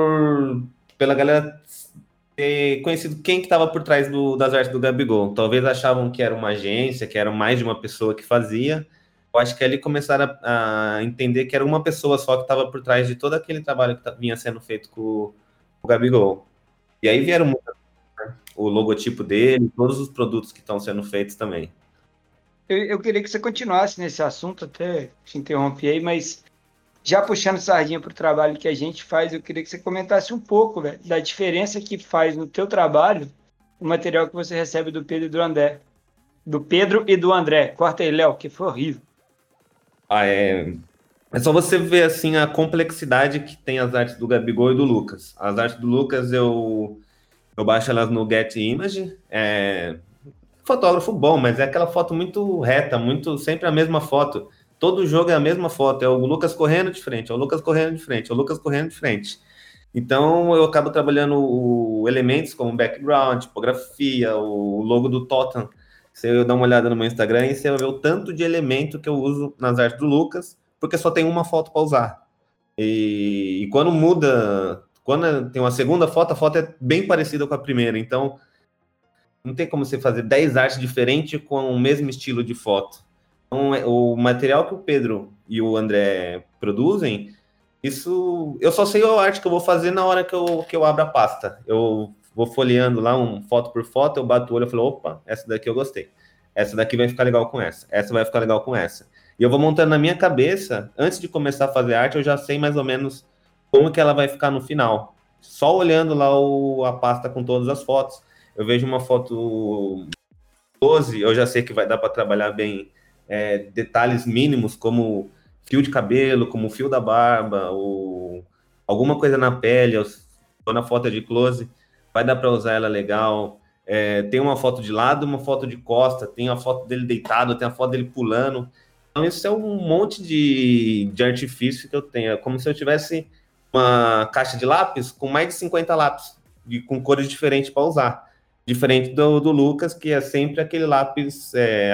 pela galera ter conhecido quem que estava por trás das artes do Gabigol. Talvez achavam que era uma agência, que era mais de uma pessoa que fazia, eu acho que ali começaram a entender que era uma pessoa só que estava por trás de todo aquele trabalho que vinha sendo feito com o Gabigol. E aí vieram o logotipo dele, todos os produtos que estão sendo feitos também. Eu queria que você continuasse nesse assunto, até te interrompi aí, mas já puxando sardinha para o trabalho que a gente faz, eu queria que você comentasse um pouco, velho, da diferença que faz no teu trabalho o material que você recebe do Pedro e do André. Do Pedro e do André. Corta aí, Léo, que foi horrível. É só você ver assim a complexidade que tem as artes do Gabigol e do Lucas. As artes do Lucas eu baixo elas no Get Image. Fotógrafo bom, mas é aquela foto muito reta, muito sempre a mesma foto. Todo jogo é a mesma foto, é o Lucas correndo de frente, é o Lucas correndo de frente, é o Lucas correndo de frente. Então eu acabo trabalhando elementos como background, tipografia, o logo do Tottenham. Você dá uma olhada no meu Instagram e você vai ver o tanto de elemento que eu uso nas artes do Lucas, porque só tem uma foto para usar. E quando muda, quando tem uma segunda foto, a foto é bem parecida com a primeira. Então, não tem como você fazer 10 artes diferentes com o mesmo estilo de foto. Então, o material que o Pedro e o André produzem, isso eu só sei a arte que eu vou fazer na hora que eu abro a pasta. Eu vou folheando lá foto por foto, eu bato o olho e falo, opa, essa daqui eu gostei. Essa daqui vai ficar legal com essa vai ficar legal com essa. E eu vou montando na minha cabeça, antes de começar a fazer arte, eu já sei mais ou menos como que ela vai ficar no final. Só olhando lá a pasta com todas as fotos, eu vejo uma foto 12, eu já sei que vai dar para trabalhar bem detalhes mínimos, como fio de cabelo, como fio da barba, ou alguma coisa na pele, ou na foto de close, vai dar para usar ela legal. Tem uma foto de lado, uma foto de costa, tem a foto dele deitado, tem a foto dele pulando. Então, isso é um monte de artifício que eu tenho. É como se eu tivesse uma caixa de lápis com mais de 50 lápis, com cores diferentes para usar. Diferente do Lucas, que é sempre aquele lápis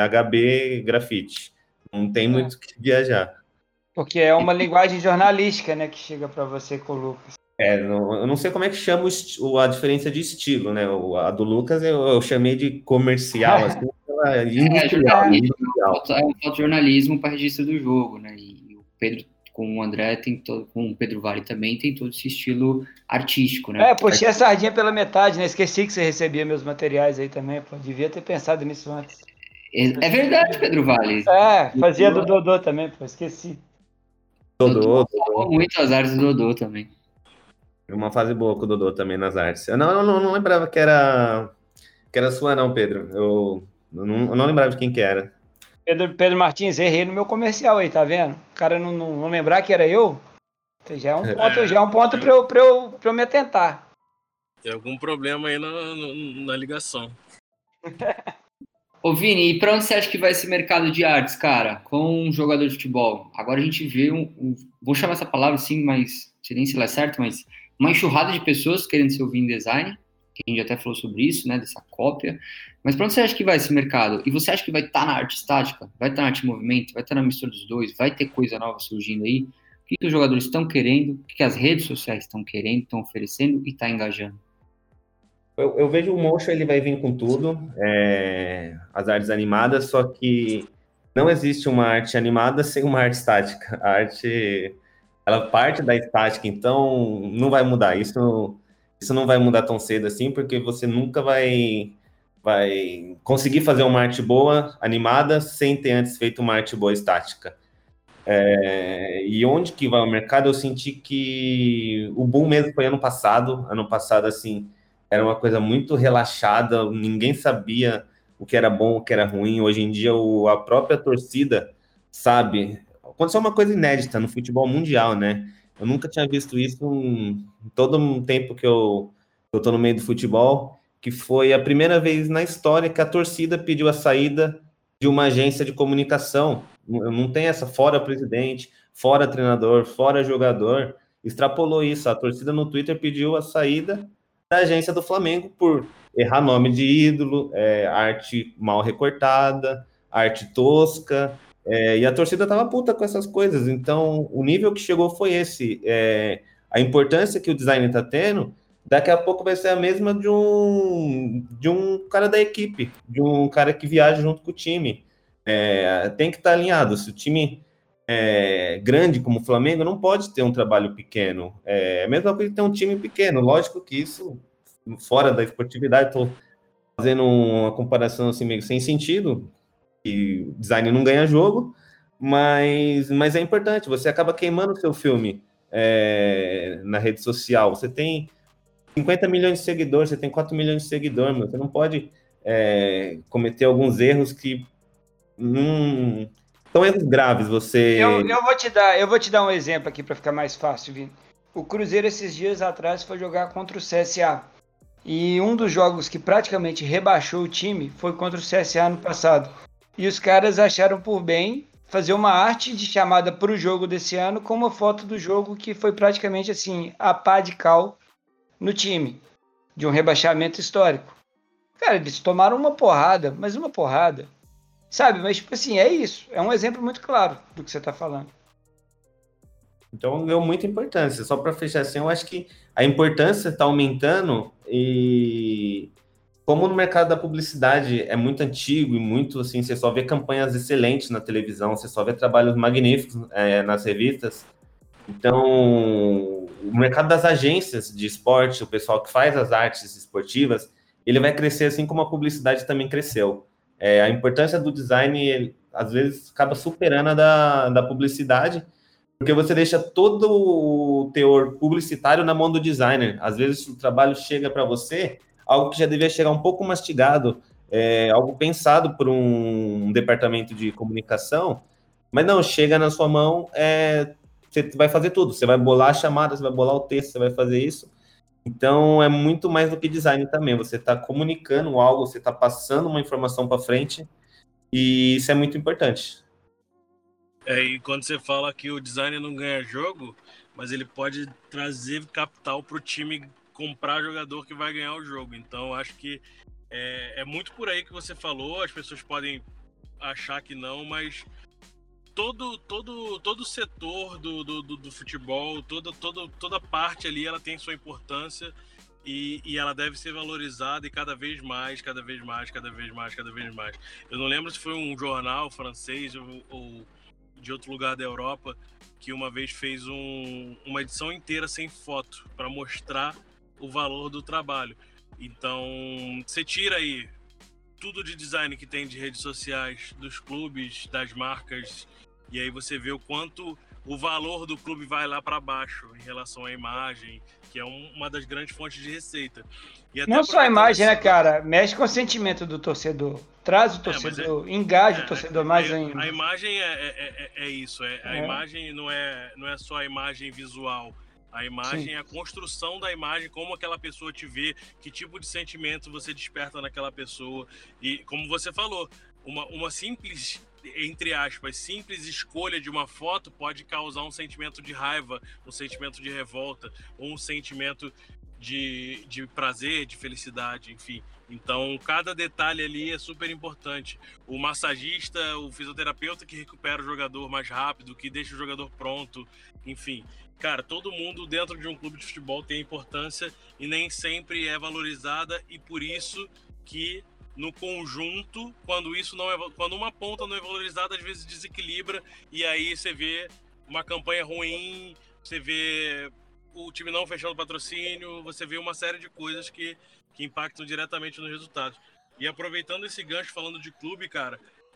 HB grafite. Não tem muito que viajar. Porque é uma linguagem jornalística, né, que chega para você com o Lucas. Eu não sei como é que chama a diferença de estilo, né? A do Lucas eu chamei de comercial, assim, industrial. É um fotojornalismo para registro do jogo, né? E o Pedro com o André com o Pedro Vale também tem todo esse estilo artístico, né? Puxei a sardinha pela metade, né? Esqueci que você recebia meus materiais aí também, pô. Devia ter pensado nisso antes. É verdade, Pedro Vale. Fazia do Dodô também, pô. Esqueci. Dodô. Muito as artes do Dodô também. Uma fase boa com o Dodô também nas artes. Eu não lembrava que era sua, não, Pedro. Eu não lembrava de quem que era. Pedro Martins, errei no meu comercial aí, tá vendo? O cara não lembrar que era eu, já é um ponto pra eu me atentar. Tem algum problema aí na ligação. Ô Vini, e pra onde você acha que vai esse mercado de artes, cara, com um jogador de futebol? Agora a gente vê vou chamar essa palavra assim, mas não sei nem se ela é certa, mas uma enxurrada de pessoas querendo se ouvir em design, que a gente até falou sobre isso, né, dessa cópia. Mas pra onde você acha que vai esse mercado? E você acha que vai estar na arte estática? Vai estar na arte em movimento? Vai estar na mistura dos dois? Vai ter coisa nova surgindo aí? O que os jogadores estão querendo? O que as redes sociais estão querendo, estão oferecendo e está engajando? Eu vejo o motion, ele vai vir com tudo, as artes animadas, só que não existe uma arte animada sem uma arte estática. A arte, ela parte da estática, então não vai mudar. Isso não vai mudar tão cedo assim, porque você nunca vai conseguir fazer uma arte boa, animada, sem ter antes feito uma arte boa estática. E onde que vai o mercado? Eu senti que o boom mesmo foi ano passado, assim, era uma coisa muito relaxada, ninguém sabia o que era bom, o que era ruim. Hoje em dia, a própria torcida sabe. Aconteceu uma coisa inédita no futebol mundial, né? Eu nunca tinha visto isso em todo o tempo que eu tô no meio do futebol, que foi a primeira vez na história que a torcida pediu a saída de uma agência de comunicação. Não tem essa, fora presidente, fora treinador, fora jogador. Extrapolou isso. A torcida no Twitter pediu a saída da agência do Flamengo por errar nome de ídolo, arte mal recortada, arte tosca, e a torcida tava puta com essas coisas. Então, o nível que chegou foi esse. A importância que o design tá tendo, daqui a pouco vai ser a mesma de um cara da equipe, de um cara que viaja junto com o time. tem que estar alinhado. Se o time é grande como o Flamengo, não pode ter um trabalho pequeno. É a mesma coisa que ter um time pequeno. Lógico que isso, fora da esportividade, estou fazendo uma comparação assim meio sem sentido, que o design não ganha jogo, mas é importante. Você acaba queimando o seu filme na rede social. Você tem 50 milhões de seguidores, você tem 4 milhões de seguidores, você não pode cometer alguns erros que não são erros graves. Eu vou te dar um exemplo aqui para ficar mais fácil, Vini. O Cruzeiro esses dias atrás foi jogar contra o CSA. E um dos jogos que praticamente rebaixou o time foi contra o CSA no passado. E os caras acharam por bem fazer uma arte de chamada para o jogo desse ano com uma foto do jogo que foi praticamente assim, a pá de cal no time, de um rebaixamento histórico. Cara, eles tomaram uma porrada, mas uma porrada, sabe? Mas, tipo assim, é isso. É um exemplo muito claro do que você está falando. Então, deu muita importância. Só para fechar assim, eu acho que a importância está aumentando e como no mercado da publicidade é muito antigo e muito, assim, você só vê campanhas excelentes na televisão, você só vê trabalhos magníficos nas revistas. Então, o mercado das agências de esporte, o pessoal que faz as artes esportivas, ele vai crescer assim como a publicidade também cresceu. A importância do design, às vezes, acaba superando a da publicidade, porque você deixa todo o teor publicitário na mão do designer. Às vezes o trabalho chega para você, algo que já devia chegar um pouco mastigado, algo pensado por um departamento de comunicação, mas não, chega na sua mão, você vai fazer tudo. Você vai bolar a chamada, você vai bolar o texto, você vai fazer isso. Então, é muito mais do que design também. Você está comunicando algo, você está passando uma informação para frente, e isso é muito importante. E quando você fala que o design não ganha jogo, mas ele pode trazer capital para o time comprar jogador que vai ganhar o jogo. Então, acho que é muito por aí que você falou. As pessoas podem achar que não, mas todo setor do futebol, toda parte ali, ela tem sua importância e ela deve ser valorizada e cada vez mais. Eu não lembro se foi um jornal francês ou de outro lugar da Europa que uma vez fez uma edição inteira sem foto para mostrar o valor do trabalho. Então, você tira aí tudo de design que tem de redes sociais, dos clubes, das marcas, e aí você vê o quanto o valor do clube vai lá para baixo em relação à imagem, que é uma das grandes fontes de receita. E até não só a imagem, né, cara? Mexe com o sentimento do torcedor. Traz o torcedor, engaja o torcedor mais ainda. A imagem é isso. A imagem não é só a imagem visual. A imagem Sim. é a construção da imagem, como aquela pessoa te vê, que tipo de sentimento você desperta naquela pessoa. E como você falou, uma simples, entre aspas, simples escolha de uma foto pode causar um sentimento de raiva, um sentimento de revolta, ou um sentimento de prazer, de felicidade, enfim. Então, cada detalhe ali é super importante. O massagista, o fisioterapeuta que recupera o jogador mais rápido, que deixa o jogador pronto, enfim. Cara, todo mundo dentro de um clube de futebol tem importância e nem sempre é valorizada, e por isso que no conjunto, quando uma ponta não é valorizada, às vezes desequilibra, e aí você vê uma campanha ruim, você vê o time não fechando patrocínio, você vê uma série de coisas que impactam diretamente nos resultados. E aproveitando esse gancho, falando de clube, cara,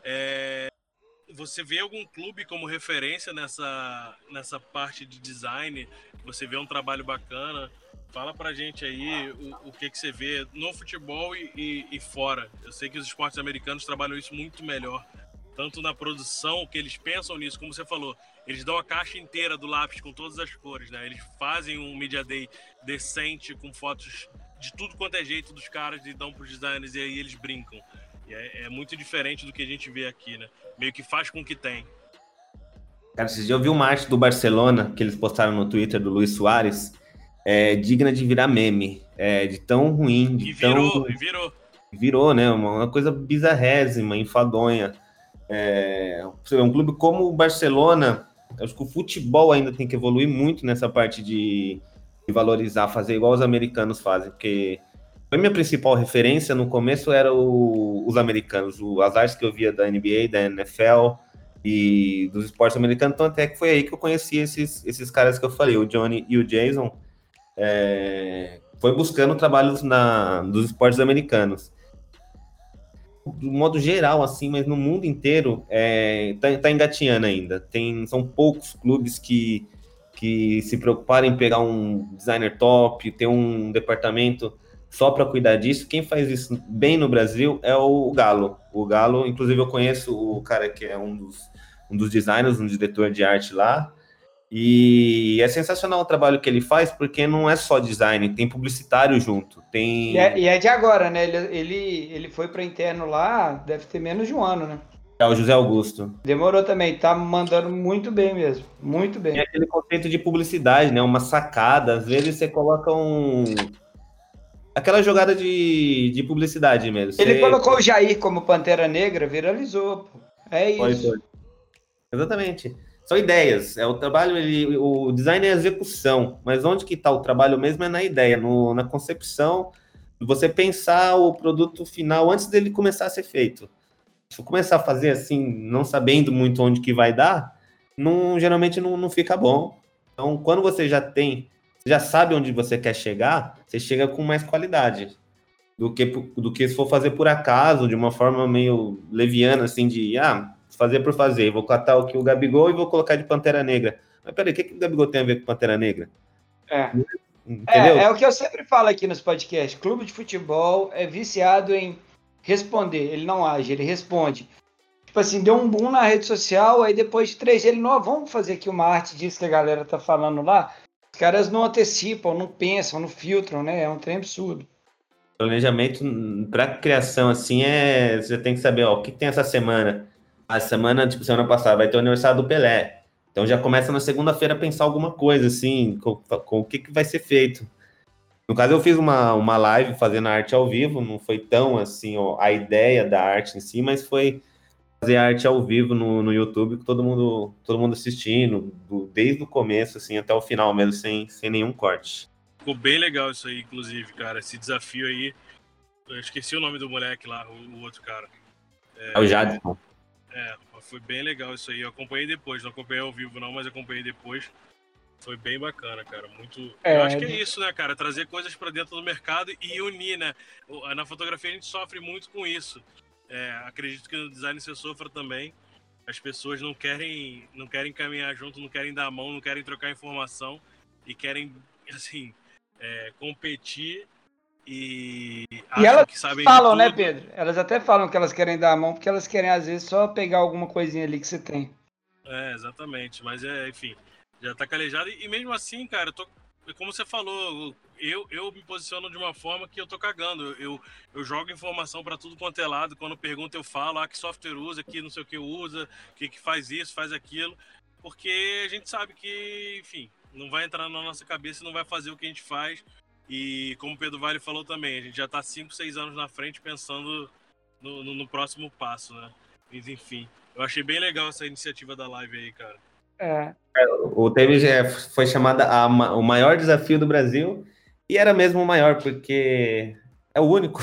você vê algum clube como referência nessa parte de design? Você vê um trabalho bacana? Fala pra gente aí o que você vê no futebol e fora. Eu sei que os esportes americanos trabalham isso muito melhor, tanto na produção, que eles pensam nisso, como você falou, eles dão a caixa inteira do lápis com todas as cores, né? Eles fazem um Media Day decente, com fotos de tudo quanto é jeito dos caras, e dão pros designers, e aí eles brincam. E é muito diferente do que a gente vê aqui, né? Meio que faz com o que tem. Cara, vocês já ouviu uma arte do Barcelona, que eles postaram no Twitter, do Luis Soares? Digna de virar meme, de tão ruim, virou, né? Uma coisa bizarrésima, enfadonha. Um clube como o Barcelona, acho que o futebol ainda tem que evoluir muito nessa parte de valorizar, fazer igual os americanos fazem, porque A minha principal referência no começo eram os americanos, as artes que eu via da NBA, da NFL e dos esportes americanos, então até que foi aí que eu conheci esses caras que eu falei, o Johnny e o Jason, foi buscando trabalhos dos esportes americanos. Do modo geral, assim, mas no mundo inteiro, tá engatinhando ainda. São poucos clubes que se preocuparam em pegar um designer top, ter um departamento só para cuidar disso. Quem faz isso bem no Brasil é o Galo. O Galo, inclusive, eu conheço o cara que é um dos designers, um diretor de arte lá, e é sensacional o trabalho que ele faz, porque não é só design, tem publicitário junto. E é de agora, né? Ele foi para interno lá, deve ter menos de um ano, né? É o José Augusto. Demorou também, tá mandando muito bem mesmo, muito bem. É aquele conceito de publicidade, né? Uma sacada, às vezes você coloca aquela jogada de publicidade mesmo. Ele colocou o Jair como Pantera Negra, viralizou, pô. É isso. Foi. Exatamente. São ideias. O trabalho, o design é a execução, mas onde que está o trabalho mesmo é na ideia, na concepção, você pensar o produto final antes dele começar a ser feito. Se eu começar a fazer assim, não sabendo muito onde que vai dar, geralmente não fica bom. Então, quando você já sabe onde você quer chegar, você chega com mais qualidade do que se for fazer por acaso, de uma forma meio leviana, assim, de fazer por fazer. Vou catar o Gabigol e vou colocar de Pantera Negra. Mas peraí, o que o Gabigol tem a ver com Pantera Negra? Entendeu? É o que eu sempre falo aqui nos podcasts. Clube de futebol é viciado em responder. Ele não age, ele responde. Tipo assim, deu um boom na rede social, aí depois de 3 dias, vamos fazer aqui uma arte disso que a galera tá falando lá. Os caras não antecipam, não pensam, não filtram, né? É um trem absurdo. Planejamento para criação, assim, você tem que saber, o que tem essa semana. A semana, tipo, semana passada, vai ter o aniversário do Pelé. Então já começa na segunda-feira a pensar alguma coisa, assim, com o que vai ser feito. No caso, eu fiz uma live fazendo arte ao vivo, não foi tão, assim, a ideia da arte em si, mas foi fazer arte ao vivo no YouTube, com todo mundo assistindo, desde o começo, assim, até o final mesmo, sem nenhum corte. Ficou bem legal isso aí, inclusive, cara, esse desafio aí. Eu esqueci o nome do moleque lá, o outro cara. É o Jadson. Foi bem legal isso aí. Eu acompanhei depois, não acompanhei ao vivo não, mas acompanhei depois. Foi bem bacana, cara. Eu acho que é isso, né, cara? Trazer coisas pra dentro do mercado e unir, né? Na fotografia a gente sofre muito com isso. Acredito que no design você sofra também. As pessoas não querem caminhar junto, não querem dar a mão, não querem trocar informação e querem, assim, competir e elas que sabem falam, né, Pedro? Elas até falam que elas querem dar a mão, porque elas querem, às vezes, só pegar alguma coisinha ali que você tem. Exatamente. Mas, enfim, já tá calejado. E mesmo assim, cara, como você falou, eu me posiciono de uma forma que eu tô cagando. Eu jogo informação para tudo quanto é lado. Quando pergunta, eu falo, que software usa, que não sei o que usa, que faz isso, faz aquilo. Porque a gente sabe que, enfim, não vai entrar na nossa cabeça e não vai fazer o que a gente faz. E como o Pedro Vale falou também, a gente já tá 5, 6 anos na frente pensando no próximo passo, né? Mas, enfim, eu achei bem legal essa iniciativa da live aí, cara. O Temer foi chamada o maior desafio do Brasil, e era mesmo o maior, porque é o único.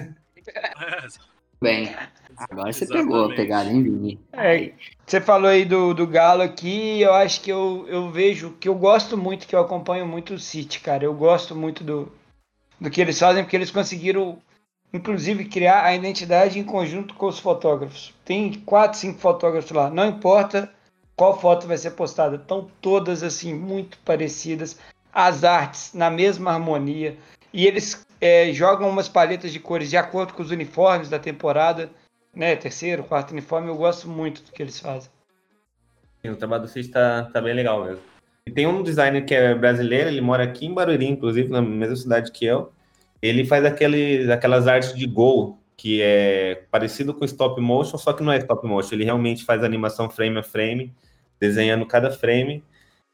Bem, agora você pegou a pegada, hein, Vini? Você falou aí do Galo aqui, eu acho que eu vejo, que eu gosto muito, que eu acompanho muito o City, cara. Eu gosto muito do que eles fazem, porque eles conseguiram, inclusive, criar a identidade em conjunto com os fotógrafos. Tem 4, 5 fotógrafos lá, não importa qual foto vai ser postada, estão todas assim muito parecidas, as artes na mesma harmonia, e eles jogam umas paletas de cores de acordo com os uniformes da temporada, né? 3º, 4º uniforme, eu gosto muito do que eles fazem. O trabalho do Cid tá bem legal mesmo. E tem um designer que é brasileiro, ele mora aqui em Barueri, inclusive, na mesma cidade que eu. Ele faz aquelas artes de gol, que é parecido com stop motion, só que não é stop motion, ele realmente faz animação frame a frame, desenhando cada frame.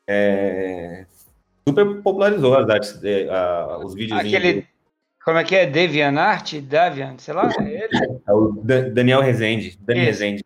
Super popularizou as artes, os vídeos. Como é que é? DeviantArt? Davian, sei lá, é ele? É o Daniel Rezende. Rezende.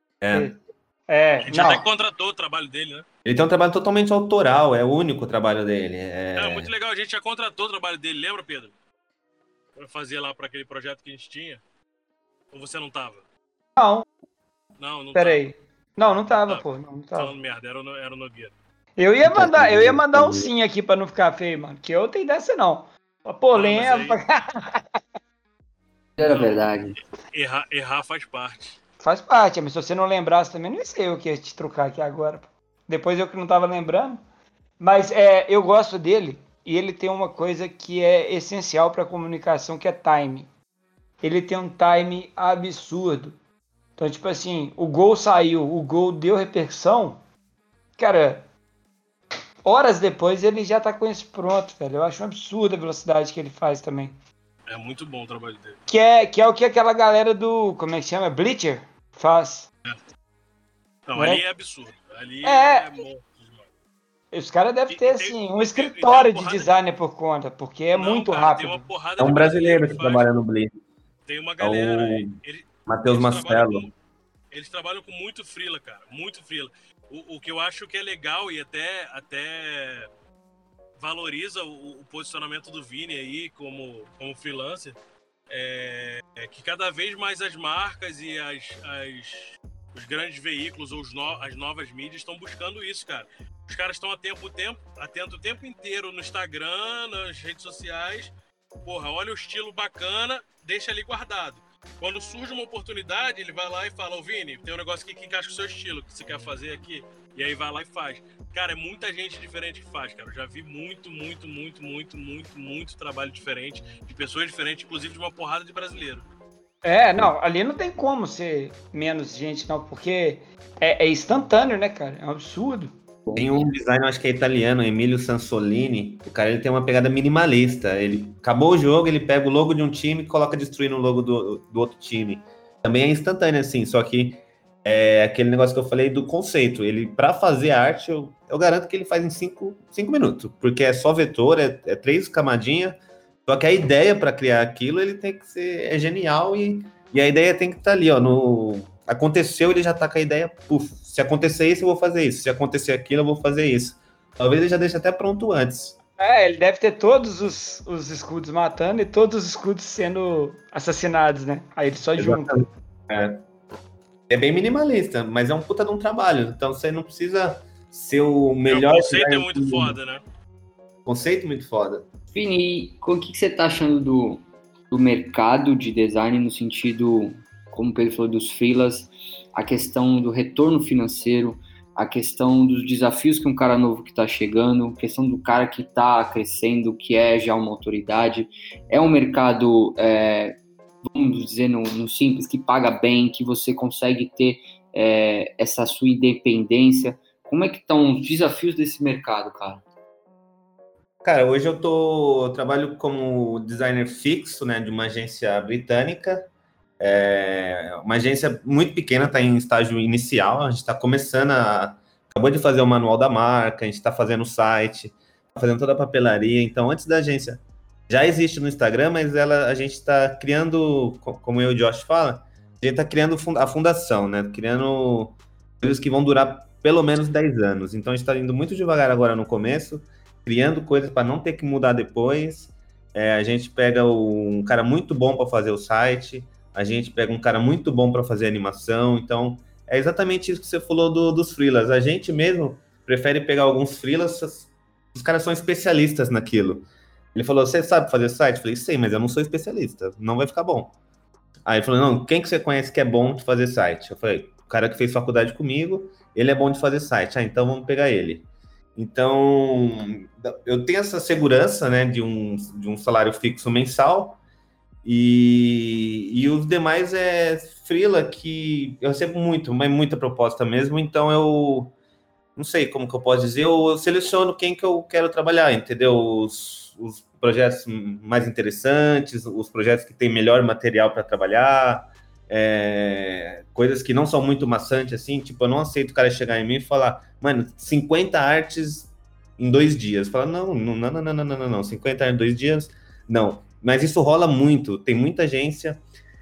A gente até contratou o trabalho dele, né? Ele tem um trabalho totalmente autoral, é o único trabalho dele. Muito legal, a gente já contratou o trabalho dele, lembra, Pedro? fazer lá para aquele projeto que a gente tinha? Ou você não tava? Não, Não peraí. Não tava, tava. pô. Não tava. Falando merda, era o Nogueira. Eu ia mandar um sim aqui pra não ficar feio, mano. Que eu não tenho dessa, não. Pô, Não, mas lembra. Era verdade. Errar faz parte. Faz parte, mas se você não lembrasse também, não sei eu que ia te trocar aqui agora. Depois eu que não tava lembrando. Mas eu gosto dele e ele tem uma coisa que é essencial pra comunicação, que é time. Ele tem um time absurdo. Então, tipo assim, o gol saiu, o gol deu repercussão. Cara, horas depois ele já tá com isso pronto, velho. Eu acho um absurdo a velocidade que ele faz também. É muito bom o trabalho dele. Que é o que aquela galera do, como é que chama? Bleacher faz. Não, Né? ali é absurdo. Ali É. bom. Os caras devem ter, assim, um tem escritório uma de porrada designer por conta, porque é Não, muito cara, rápido. Tem uma porrada É um de brasileiro que faz. trabalha no Blitz. Tem uma É galera. o Matheus Marcelo. Eles trabalham com muito freela, cara. Muito freela. O que eu acho que é legal e até valoriza o posicionamento do Vini aí como freelancer é que cada vez mais as marcas e os grandes veículos ou as novas mídias estão buscando isso, cara. Os caras estão atento o tempo inteiro no Instagram, nas redes sociais. Porra, olha o estilo bacana, deixa ali guardado. Quando surge uma oportunidade, ele vai lá e fala: ô Vini, tem um negócio aqui que encaixa com o seu estilo, que você quer fazer aqui. E aí vai lá e faz. Cara, é muita gente diferente que faz, cara. Eu já vi muito trabalho diferente, de pessoas diferentes, inclusive de uma porrada de brasileiro. Não, ali não tem como ser menos gente, não, porque é instantâneo, né, cara? É um absurdo. Tem um designer, acho que é italiano, Emilio Sansolini. O cara, ele tem uma pegada minimalista. Ele acabou o jogo, ele pega o logo de um time e coloca destruindo o logo do outro time. Também é instantâneo, assim, só que é aquele negócio que eu falei do conceito. Ele, para fazer arte, eu garanto que ele faz em 5 minutos, porque é só vetor, é 3 camadinhas. Só que a ideia para criar aquilo, ele tem que ser genial e a ideia tem que estar ali, ó, aconteceu, ele já tá com a ideia, se acontecer isso, eu vou fazer isso, se acontecer aquilo, eu vou fazer isso. Talvez ele já deixe até pronto antes. Ele deve ter todos os escudos matando e todos os escudos sendo assassinados, né? Aí ele só junta. É bem minimalista, mas é um puta de um trabalho, então você não precisa ser o melhor... O conceito é muito foda, né? Conceito muito foda. Vini, o que você tá achando do mercado de design no sentido, como o Pedro falou, dos freelas, a questão do retorno financeiro, a questão dos desafios que um cara novo que está chegando, a questão do cara que está crescendo, que é já uma autoridade. É um mercado, vamos dizer no simples, que paga bem, que você consegue ter essa sua independência. Como é que estão os desafios desse mercado, cara? Cara, hoje eu trabalho como designer fixo, né, de uma agência britânica. Uma agência muito pequena, está em estágio inicial, a gente está começando acabou de fazer o manual da marca, a gente está fazendo o site, tá fazendo toda a papelaria. Então, antes da agência, já existe no Instagram, mas a gente está criando, como eu e o Josh fala, a gente está criando a fundação, né, criando coisas que vão durar pelo menos 10 anos. Então, a gente está indo muito devagar agora no começo, criando coisas para não ter que mudar depois. A gente pega um cara muito bom para fazer o site, a gente pega um cara muito bom para fazer animação. Então, é exatamente isso que você falou dos freelas. A gente mesmo prefere pegar alguns freelas, os caras são especialistas naquilo. Ele falou: você sabe fazer site? Eu falei: sei, mas eu não sou especialista, não vai ficar bom. Aí ele falou: não, quem que você conhece que é bom de fazer site? Eu falei: o cara que fez faculdade comigo, ele é bom de fazer site. Então vamos pegar ele. Então, eu tenho essa segurança, né, de um salário fixo mensal, e os demais é freela, que eu recebo muita proposta mesmo, então eu não sei como que eu posso dizer, eu seleciono quem que eu quero trabalhar, entendeu? Os projetos mais interessantes, os projetos que têm melhor material para trabalhar, coisas que não são muito maçantes, assim, tipo, eu não aceito o cara chegar em mim e falar: mano, 50 artes em 2 dias. Fala: não, 50 artes em 2 dias, não. Mas isso rola muito, tem muita agência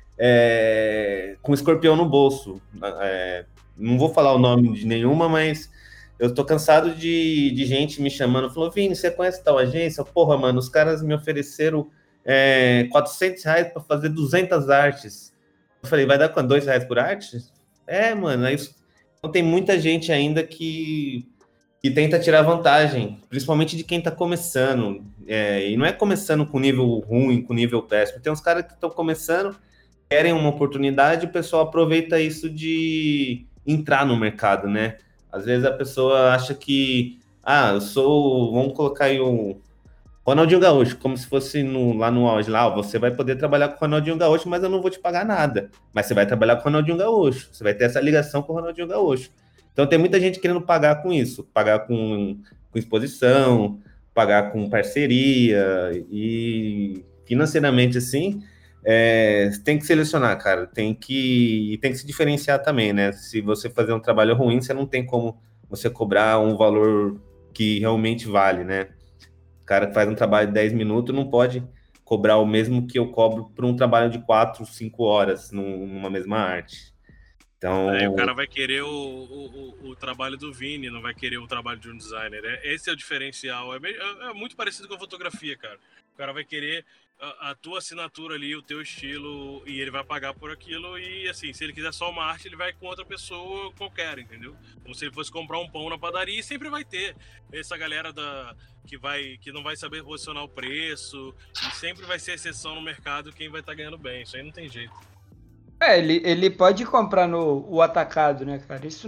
com escorpião no bolso. Não vou falar o nome de nenhuma, mas eu tô cansado de gente me chamando, falou: Vini, você conhece tal agência? Porra, mano, os caras me ofereceram R$400 para fazer 200 artes. Eu falei, vai dar quanto? R$2 por arte? Mano, isso. Então tem muita gente ainda que tenta tirar vantagem, principalmente de quem tá começando. E não é começando com nível ruim, com nível péssimo. Tem uns caras que estão começando, querem uma oportunidade, e o pessoal aproveita isso de entrar no mercado, né? Às vezes a pessoa acha que, vamos colocar aí o Ronaldinho Gaúcho, como se fosse lá no auge, você vai poder trabalhar com o Ronaldinho Gaúcho, mas eu não vou te pagar nada. Mas você vai trabalhar com o Ronaldinho Gaúcho, você vai ter essa ligação com o Ronaldinho Gaúcho. Então tem muita gente querendo pagar com isso, pagar com exposição, pagar com parceria, e financeiramente assim, tem que selecionar, cara, tem que se diferenciar também, né? Se você fazer um trabalho ruim, você não tem como você cobrar um valor que realmente vale, né? O cara que faz um trabalho de 10 minutos não pode cobrar o mesmo que eu cobro por um trabalho de 4, 5 horas numa mesma arte. Então... o cara vai querer o trabalho do Vini, não vai querer o trabalho de um designer. Esse é o diferencial. É muito parecido com a fotografia, cara. O cara vai querer a tua assinatura ali, o teu estilo, e ele vai pagar por aquilo. E assim, se ele quiser só uma arte, ele vai com outra pessoa qualquer, entendeu? Como se ele fosse comprar um pão na padaria, e sempre vai ter essa galera que não vai saber posicionar o preço, e sempre vai ser exceção no mercado quem vai estar ganhando bem. Isso aí não tem jeito. Ele pode comprar o atacado, né, cara? Esse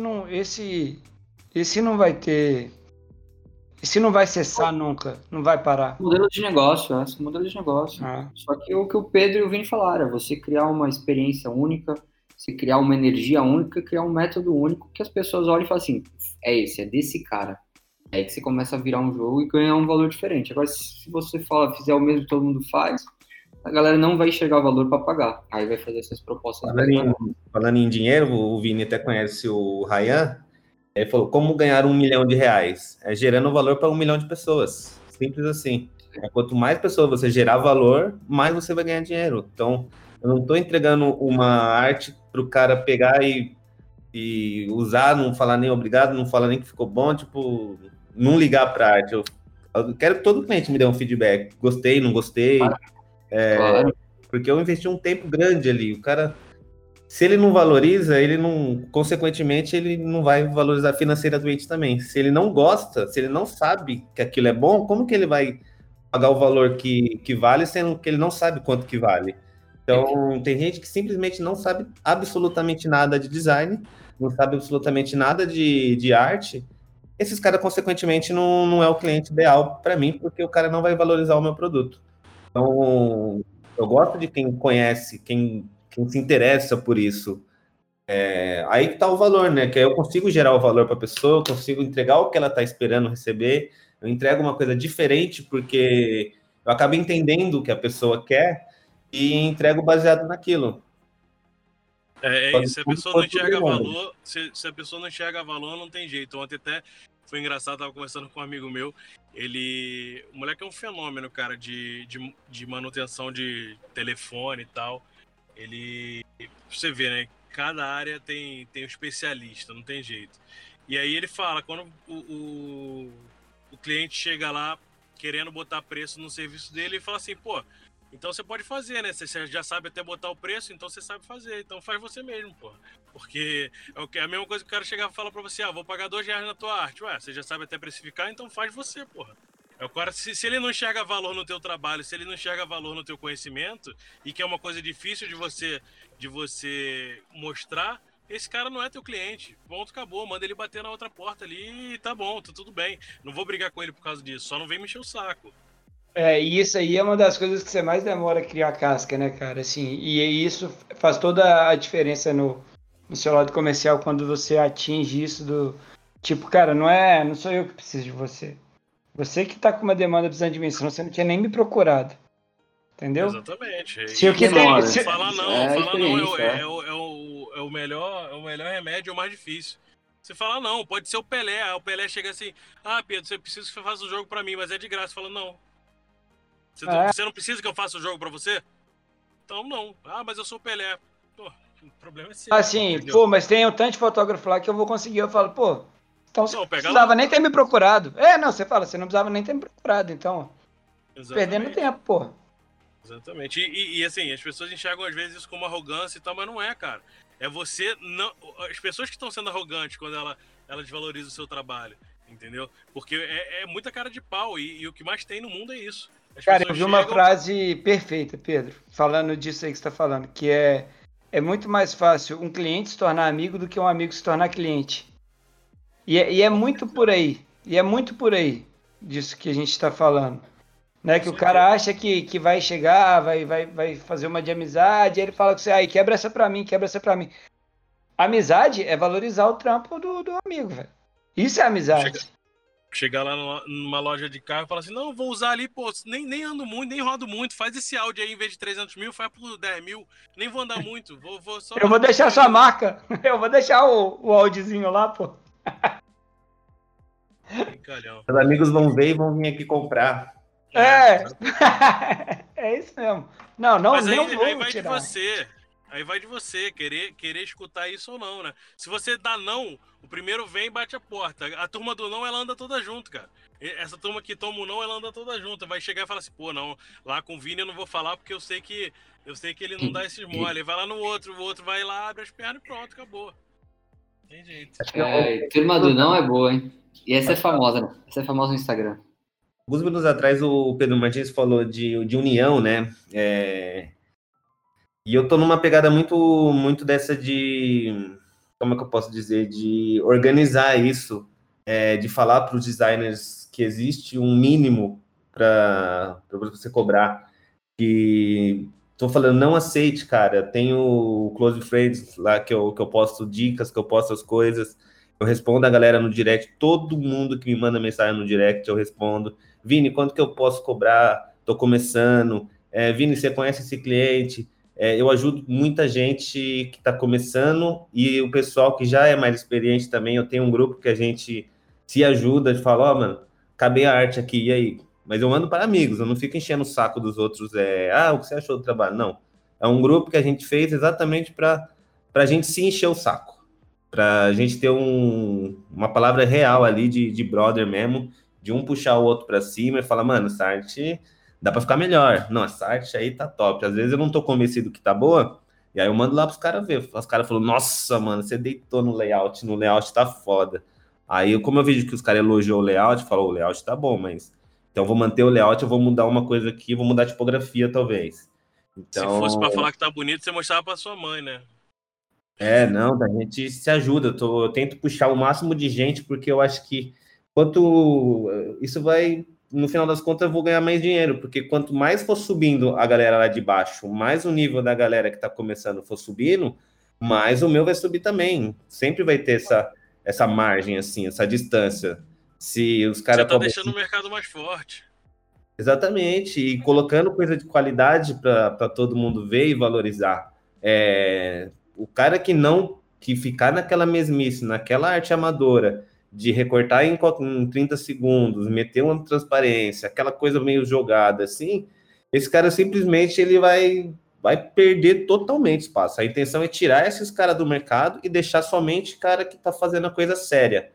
não vai ter... Esse não vai cessar nunca, não vai parar. Modelo de negócio, modelo de negócio. Só que o que o Pedro e o Vini falaram, é você criar uma experiência única, você criar uma energia única, criar um método único que as pessoas olhem e falem assim, é desse cara. É aí que você começa a virar um jogo e ganhar um valor diferente. Agora, se você fizer o mesmo que todo mundo faz, a galera não vai enxergar o valor para pagar. Aí vai fazer essas propostas. Falando em dinheiro, o Vini até conhece o Ryan. Ele falou, como ganhar R$1 milhão? Gerando valor para 1 milhão de pessoas. Simples assim. Quanto mais pessoas você gerar valor, mais você vai ganhar dinheiro. Então, eu não estou entregando uma arte para o cara pegar e usar, não falar nem obrigado, não falar nem que ficou bom, tipo, não ligar para a arte. Eu quero que todo cliente me dê um feedback. Gostei, não gostei. Claro. Porque eu investi um tempo grande ali. O cara... Se ele não valoriza, consequentemente, ele não vai valorizar financeiramente também. Se ele não gosta, se ele não sabe que aquilo é bom, como que ele vai pagar o valor que vale, sendo que ele não sabe quanto que vale? Então, tem gente que simplesmente não sabe absolutamente nada de design, não sabe absolutamente nada de arte. Esses caras, consequentemente, não é o cliente ideal para mim, porque o cara não vai valorizar o meu produto. Então, eu gosto de quem conhece, quem se interessa por isso. Aí que tá o valor, né? Que aí eu consigo gerar o valor para a pessoa, eu consigo entregar o que ela está esperando receber, eu entrego uma coisa diferente, porque eu acabo entendendo o que a pessoa quer e entrego baseado naquilo. Se a pessoa não enxerga valor, se a pessoa não enxerga valor, não tem jeito. Ontem até foi engraçado, tava conversando com um amigo meu, o moleque é um fenômeno, cara, de manutenção de telefone e tal. Você vê, né? Cada área tem um especialista, não tem jeito. E aí ele fala, quando o cliente chega lá querendo botar preço no serviço dele, ele fala assim, pô, então você pode fazer, né? Você já sabe até botar o preço, então você sabe fazer. Então faz você mesmo, pô. Porque é a mesma coisa que o cara chegar e falar pra você, vou pagar R$2 na tua arte. Ué, você já sabe até precificar, então faz você, porra. O cara, se ele não enxerga valor no teu trabalho, se ele não enxerga valor no teu conhecimento, e que é uma coisa difícil de você mostrar, esse cara não é teu cliente. Ponto, acabou. Manda ele bater na outra porta ali e tá bom, tá tudo bem. Não vou brigar com ele por causa disso, só não vem me encher o saco. E isso aí é uma das coisas que você mais demora a criar casca, né, cara? Assim, e isso faz toda a diferença no seu lado comercial, quando você atinge isso do... Tipo, cara, não sou eu que preciso de você. Você que tá com uma demanda precisando de mim, senão você não tinha nem me procurado. Entendeu? Exatamente. Se o que tem... Fala não, é o melhor remédio, é o mais difícil. Você fala não, pode ser o Pelé. O Pelé chega assim, Pedro, você precisa que você faça o jogo pra mim, mas é de graça. Você fala, não. Você não precisa que eu faça o jogo pra você? Então não. Mas eu sou o Pelé. Pô, o problema é seu. Assim, mas tem um tanto de fotógrafo lá que eu vou conseguir. Eu falo, então você não precisava nem ter me procurado. Você fala, você não precisava nem ter me procurado, então. Exatamente. Perdendo tempo, Exatamente. E assim, as pessoas enxergam às vezes isso como arrogância e tal, mas não é, cara. É você não. As pessoas que estão sendo arrogantes quando ela desvaloriza o seu trabalho, entendeu? Porque é muita cara de pau e o que mais tem no mundo é isso. As Cara, eu pessoas vi uma chegam. frase perfeita, Pedro, falando disso aí que você está falando, que é muito mais fácil um cliente se tornar amigo do que um amigo se tornar cliente. E é muito por aí. E é muito por aí disso que a gente está falando. Né? Que o cara acha que vai chegar, vai fazer uma de amizade, e ele fala com você, aí quebra essa pra mim, quebra essa pra mim. Amizade é valorizar o trampo do amigo, velho. Isso é amizade. Chegar lá numa loja de carro e falar assim, não, vou usar ali, pô, nem ando muito, nem rodo muito, faz esse áudio aí, em vez de 300 mil, faz por 10 mil, nem vou andar muito, vou só... Eu vou deixar sua marca, eu vou deixar o áudiozinho lá, pô. Brincalhão. Os amigos vão ver e vão vir aqui comprar. É isso mesmo. Não Mas não aí vou vai tirar. de você. Aí vai de você, querer escutar isso ou não, né? Se você dá não, o primeiro vem e bate a porta. A turma do não, ela anda toda junto, cara. Essa turma que toma o não, ela anda toda junto. Vai chegar e falar assim, pô, não, lá com o Vini eu não vou falar porque eu sei que ele não dá esses mole. Vai lá no outro, o outro vai lá, abre as pernas e pronto, acabou. Tem jeito. Turma do não é boa, hein? E essa é famosa, né? Essa é famosa no Instagram. Alguns minutos atrás o Pedro Martins falou de união, né? E eu tô numa pegada muito dessa de... Como é que eu posso dizer? De organizar isso, de falar para os designers que existe um mínimo para você cobrar. Que tô falando, não aceite, cara. Tenho o Close Friends lá que eu posto dicas, que eu posto as coisas. Eu respondo a galera no direct. Todo mundo que me manda mensagem no direct, eu respondo. Vini, quanto que eu posso cobrar? Tô começando. Vini, você conhece esse cliente? Eu ajudo muita gente que está começando e o pessoal que já é mais experiente também. Eu tenho um grupo que a gente se ajuda, de falar, mano, acabei a arte aqui, e aí? Mas eu mando para amigos, eu não fico enchendo o saco dos outros, o que você achou do trabalho? Não. É um grupo que a gente fez exatamente para a gente se encher o saco, para a gente ter uma palavra real ali de brother mesmo, de um puxar o outro para cima e falar, mano, essa arte dá para ficar melhor. Não, essa arte aí tá top. Às vezes eu não tô convencido que tá boa, e aí eu mando lá pros caras ver. Os caras falam, nossa, mano, você deitou no layout tá foda. Aí, como eu vejo que os caras elogiou o layout, falou, o layout tá bom, mas... Então, eu vou manter o layout, eu vou mudar uma coisa aqui, vou mudar a tipografia, talvez. Então... Se fosse para falar que tá bonito, você mostrava para sua mãe, né? Não, a gente se ajuda. Eu tento puxar o máximo de gente, porque eu acho que isso vai... No final das contas, eu vou ganhar mais dinheiro, porque quanto mais for subindo a galera lá de baixo, mais o nível da galera que está começando for subindo, mais o meu vai subir também. Sempre vai ter essa margem, assim, essa distância. Se os caras... Você está deixando o mercado mais forte. Exatamente, e colocando coisa de qualidade para todo mundo ver e valorizar. O cara que ficar naquela mesmice, naquela arte amadora, de recortar em 30 segundos, meter uma transparência, aquela coisa meio jogada assim, esse cara simplesmente ele vai perder totalmente espaço. A intenção é tirar esses caras do mercado e deixar somente cara que está fazendo a coisa séria.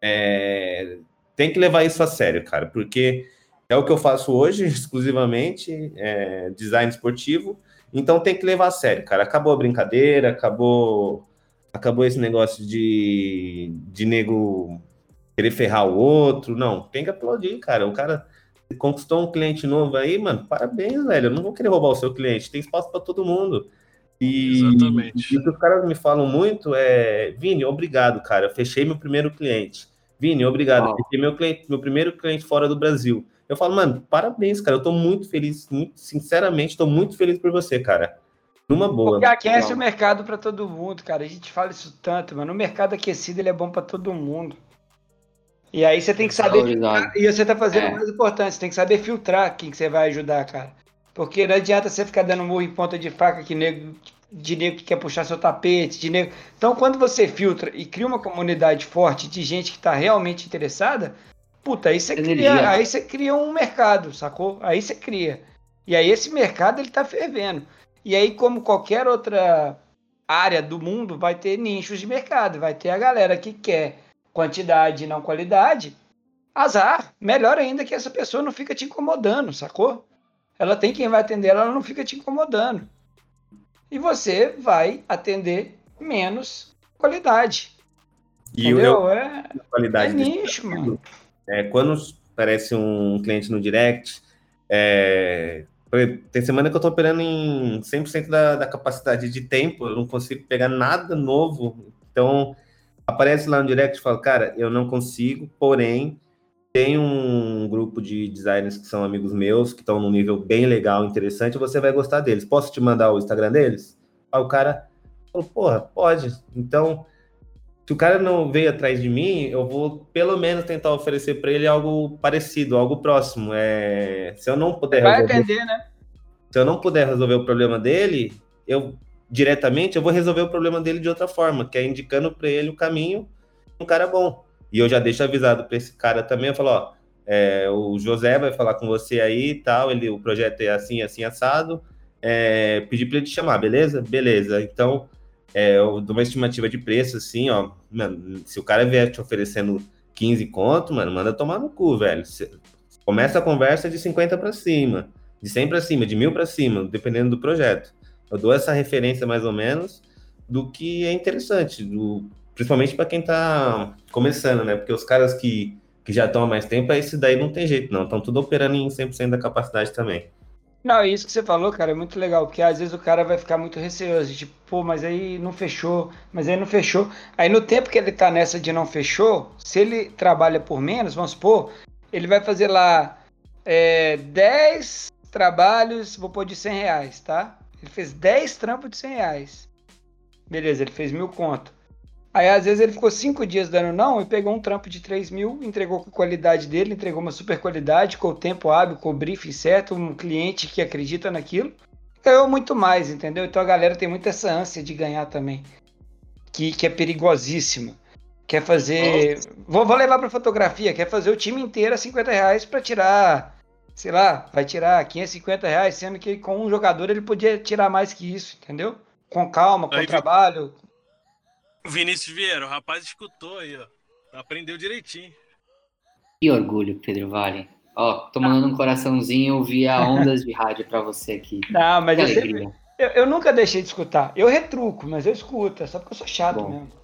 Tem que levar isso a sério, cara, porque é o que eu faço hoje, exclusivamente, design esportivo, então tem que levar a sério, cara. Acabou a brincadeira, acabou esse negócio de nego querer ferrar o outro. Não, tem que aplaudir, cara. O cara conquistou um cliente novo aí, mano, parabéns, velho. Eu não vou querer roubar o seu cliente, tem espaço para todo mundo. Exatamente. E o que os caras me falam muito Vini, obrigado, cara. Eu fechei meu primeiro cliente. Vini, obrigado. Wow. Fechei meu primeiro cliente fora do Brasil. Eu falo, mano, parabéns, cara. Eu tô muito feliz, sinceramente, tô muito feliz por você, cara. Numa boa. Porque aquece o mercado para todo mundo, cara. A gente fala isso tanto, mano. O mercado aquecido ele é bom para todo mundo. E aí você tem que saber filtrar, e você tá fazendo o mais importante, você tem que saber filtrar quem que você vai ajudar, cara. Porque não adianta você ficar dando murro em ponta de faca de nego que quer puxar seu tapete, Então, quando você filtra e cria uma comunidade forte de gente que tá realmente interessada, puta, aí você cria um mercado, sacou? Aí você cria. E aí esse mercado ele tá fervendo. E aí, como qualquer outra área do mundo, vai ter nichos de mercado, vai ter a galera que quer quantidade e não qualidade, azar. Melhor ainda que essa pessoa não fica te incomodando, sacou? ela tem quem vai atender, ela não fica te incomodando. E você vai atender menos qualidade. E Entendeu? a É qualidade desse nicho, mano. quando aparece um cliente no direct, por exemplo, tem semana que eu tô operando em 100% da capacidade de tempo, eu não consigo pegar nada novo. Então, aparece lá no direct e fala, cara, eu não consigo, porém, tem um grupo de designers que são amigos meus, que estão num nível bem legal, interessante, você vai gostar deles. Posso te mandar o Instagram deles? Aí o cara falou, porra, pode. Então, se o cara não veio atrás de mim, eu vou pelo menos tentar oferecer para ele algo parecido, algo próximo. Se eu não puder Vai resolver, atender, né? se eu não puder resolver o problema dele, eu diretamente eu vou resolver o problema dele de outra forma, que é indicando para ele o caminho, um cara bom. E eu já deixo avisado para esse cara também, eu falo, ó, o José vai falar com você aí e tal, o projeto é assim, assim, assado, pedir para ele te chamar, beleza? Beleza. Então, eu dou uma estimativa de preço, assim, ó, mano, se o cara vier te oferecendo 15 conto, mano, manda tomar no cu, velho. Começa a conversa de 50 para cima, de 100 para cima, de 1000 para cima, dependendo do projeto. Eu dou essa referência, mais ou menos, do que é interessante, principalmente para quem está começando, né? Porque os caras que já estão há mais tempo, esse daí não tem jeito, não. Estão tudo operando em 100% da capacidade também. Não, isso que você falou, cara, é muito legal, porque às vezes o cara vai ficar muito receoso, tipo, pô, mas aí não fechou, mas aí não fechou. Aí no tempo que ele tá nessa de não fechou, se ele trabalha por menos, vamos supor, ele vai fazer lá 10 trabalhos, vou pôr de R$ 100, tá? Ele fez 10 trampos de R$ 100. Beleza, ele fez 1.000 conto. Aí, às vezes, ele ficou 5 dias dando não e pegou um trampo de 3.000, entregou com a qualidade dele, entregou uma super qualidade, com o tempo hábil, com o briefing certo, um cliente que acredita naquilo. Ganhou muito mais, entendeu? Então, a galera tem muito essa ânsia de ganhar também, que é perigosíssima. Quer fazer... Vou levar para fotografia, quer fazer o time inteiro a R$ 50 para tirar... Sei lá, vai tirar R$ 550, sendo que com um jogador ele podia tirar mais que isso, entendeu? Com calma, com Aí, trabalho... Vinícius Vieira, o rapaz escutou aí, ó. Aprendeu direitinho. Que orgulho, Pedro Vale. Ó, tô mandando um coraçãozinho via ondas de rádio pra você aqui. Não, mas Que eu alegria. sempre... Eu nunca deixei de escutar. Eu retruco, mas eu escuto. É só porque eu sou chato Bom. mesmo.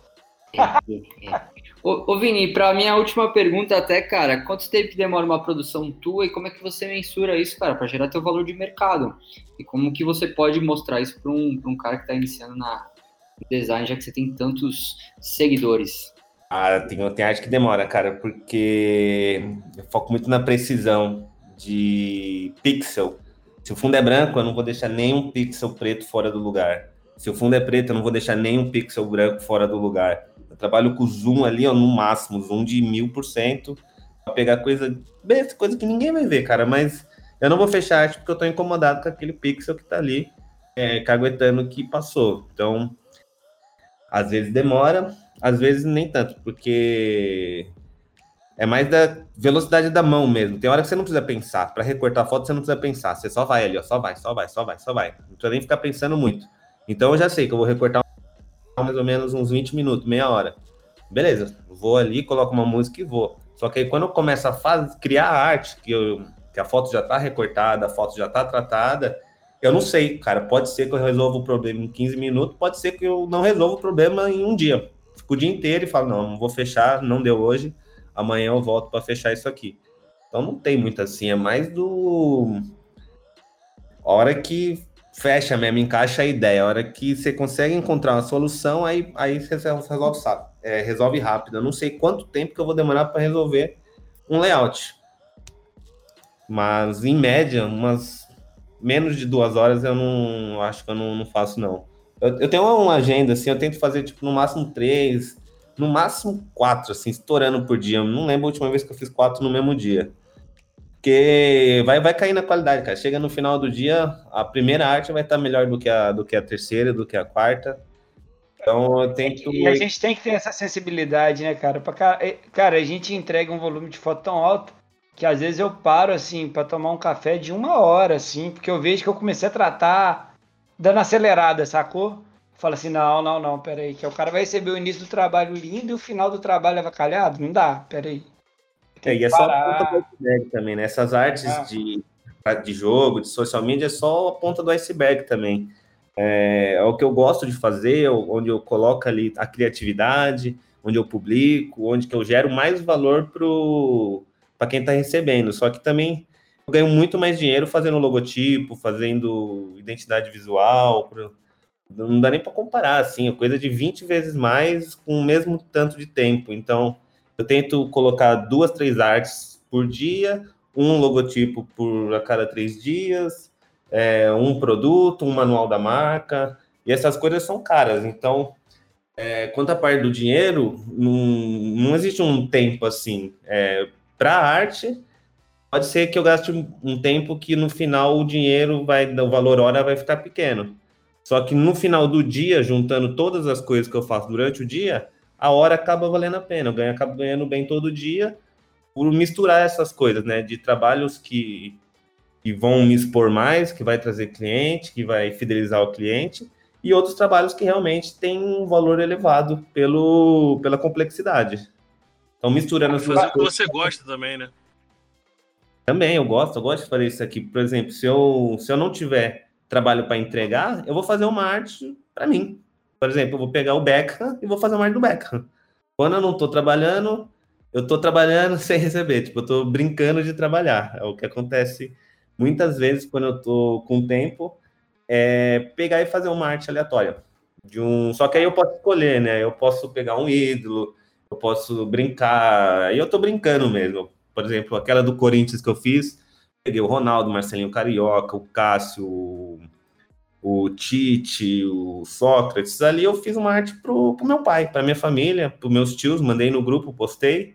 Ô, Vini, pra minha última pergunta até, cara, quanto tempo demora uma produção tua e como é que você mensura isso, cara, pra gerar teu valor de mercado? E como que você pode mostrar isso pra um cara que tá iniciando no design, já que você tem tantos seguidores? Tem arte que demora, cara, porque eu foco muito na precisão de pixel. Se o fundo é branco, eu não vou deixar nenhum pixel preto fora do lugar. Se o fundo é preto, eu não vou deixar nenhum pixel branco fora do lugar. Eu trabalho com zoom ali, ó, no máximo, zoom de 1000%, para pegar coisa que ninguém vai ver, cara, mas eu não vou fechar arte porque eu tô incomodado com aquele pixel que tá ali, caguetando que passou. Então, às vezes demora, às vezes nem tanto, porque é mais da velocidade da mão mesmo. Tem hora que você não precisa pensar. Para recortar a foto, você não precisa pensar. Você só vai ali, ó. Só vai. Não precisa nem ficar pensando muito. Então, eu já sei que eu vou recortar mais ou menos uns 20 minutos, meia hora. Beleza. Vou ali, coloco uma música e vou. Só que aí, quando eu começo a criar a arte, que a foto já tá recortada, a foto já tá tratada, eu não sei, cara. Pode ser que eu resolva o problema em 15 minutos, pode ser que eu não resolva o problema em um dia. Fico o dia inteiro e falo, não vou fechar, não deu hoje. Amanhã eu volto para fechar isso aqui. Então não tem muito assim, é mais a hora que fecha mesmo, encaixa a ideia, a hora que você consegue encontrar uma solução, aí você resolve rápido. Eu não sei quanto tempo que eu vou demorar para resolver um layout. Mas, em média, umas menos de 2 horas eu não acho que eu não faço, não. Eu tenho uma agenda, assim, eu tento fazer, tipo, no máximo 3, no máximo 4, assim, estourando por dia. Eu não lembro a última vez que eu fiz 4 no mesmo dia. Porque vai cair na qualidade, cara. Chega no final do dia, a primeira arte vai estar melhor do que a terceira, do que a quarta. Então, eu tento... E a gente tem que ter essa sensibilidade, né, cara? Cara, a gente entrega um volume de foto tão alto que às vezes eu paro, assim, para tomar um café de 1 hora, assim, porque eu vejo que eu comecei a tratar dando acelerada, sacou? Fala assim, não, peraí, que o cara vai receber o início do trabalho lindo e o final do trabalho avacalhado? Não dá, peraí. E é só a ponta do iceberg também, né? Essas artes de jogo, de social media, é só a ponta do iceberg também. É o que eu gosto de fazer, onde eu coloco ali a criatividade, onde eu publico, onde que eu gero mais valor para quem está recebendo. Só que também eu ganho muito mais dinheiro fazendo logotipo, fazendo identidade visual. Não dá nem para comparar, assim, é coisa de 20 vezes mais com o mesmo tanto de tempo. Então, eu tento colocar 2, 3 artes por dia, um logotipo por a cada 3 dias, um produto, um manual da marca, e essas coisas são caras. Então, quanto à parte do dinheiro, não existe um tempo assim. Para a arte, pode ser que eu gaste um tempo que no final o valor hora vai ficar pequeno. Só que no final do dia, juntando todas as coisas que eu faço durante o dia, a hora acaba valendo a pena. Eu acabo ganhando bem todo dia por misturar essas coisas, né? De trabalhos que vão me expor mais, que vai trazer cliente, que vai fidelizar o cliente, e outros trabalhos que realmente têm um valor elevado pela complexidade. Então, misturando essas Fazer o que coisas. você gosta também, né? Também, eu gosto de fazer isso aqui. Por exemplo, se eu não tiver trabalho para entregar, eu vou fazer uma arte para mim. Por exemplo, eu vou pegar o Beckham e vou fazer uma arte do Beckham. Quando eu não estou trabalhando, eu estou trabalhando sem receber. Tipo, eu estou brincando de trabalhar. É o que acontece muitas vezes quando eu estou com tempo, pegar e fazer uma arte aleatória. Só que aí eu posso escolher, né? Eu posso pegar um ídolo, eu posso brincar. E eu estou brincando mesmo. Por exemplo, aquela do Corinthians que eu fiz, peguei o Ronaldo, o Marcelinho Carioca, o Cássio, o Tite, o Sócrates. Ali eu fiz uma arte pro meu pai, para minha família, para meus tios, mandei no grupo, postei,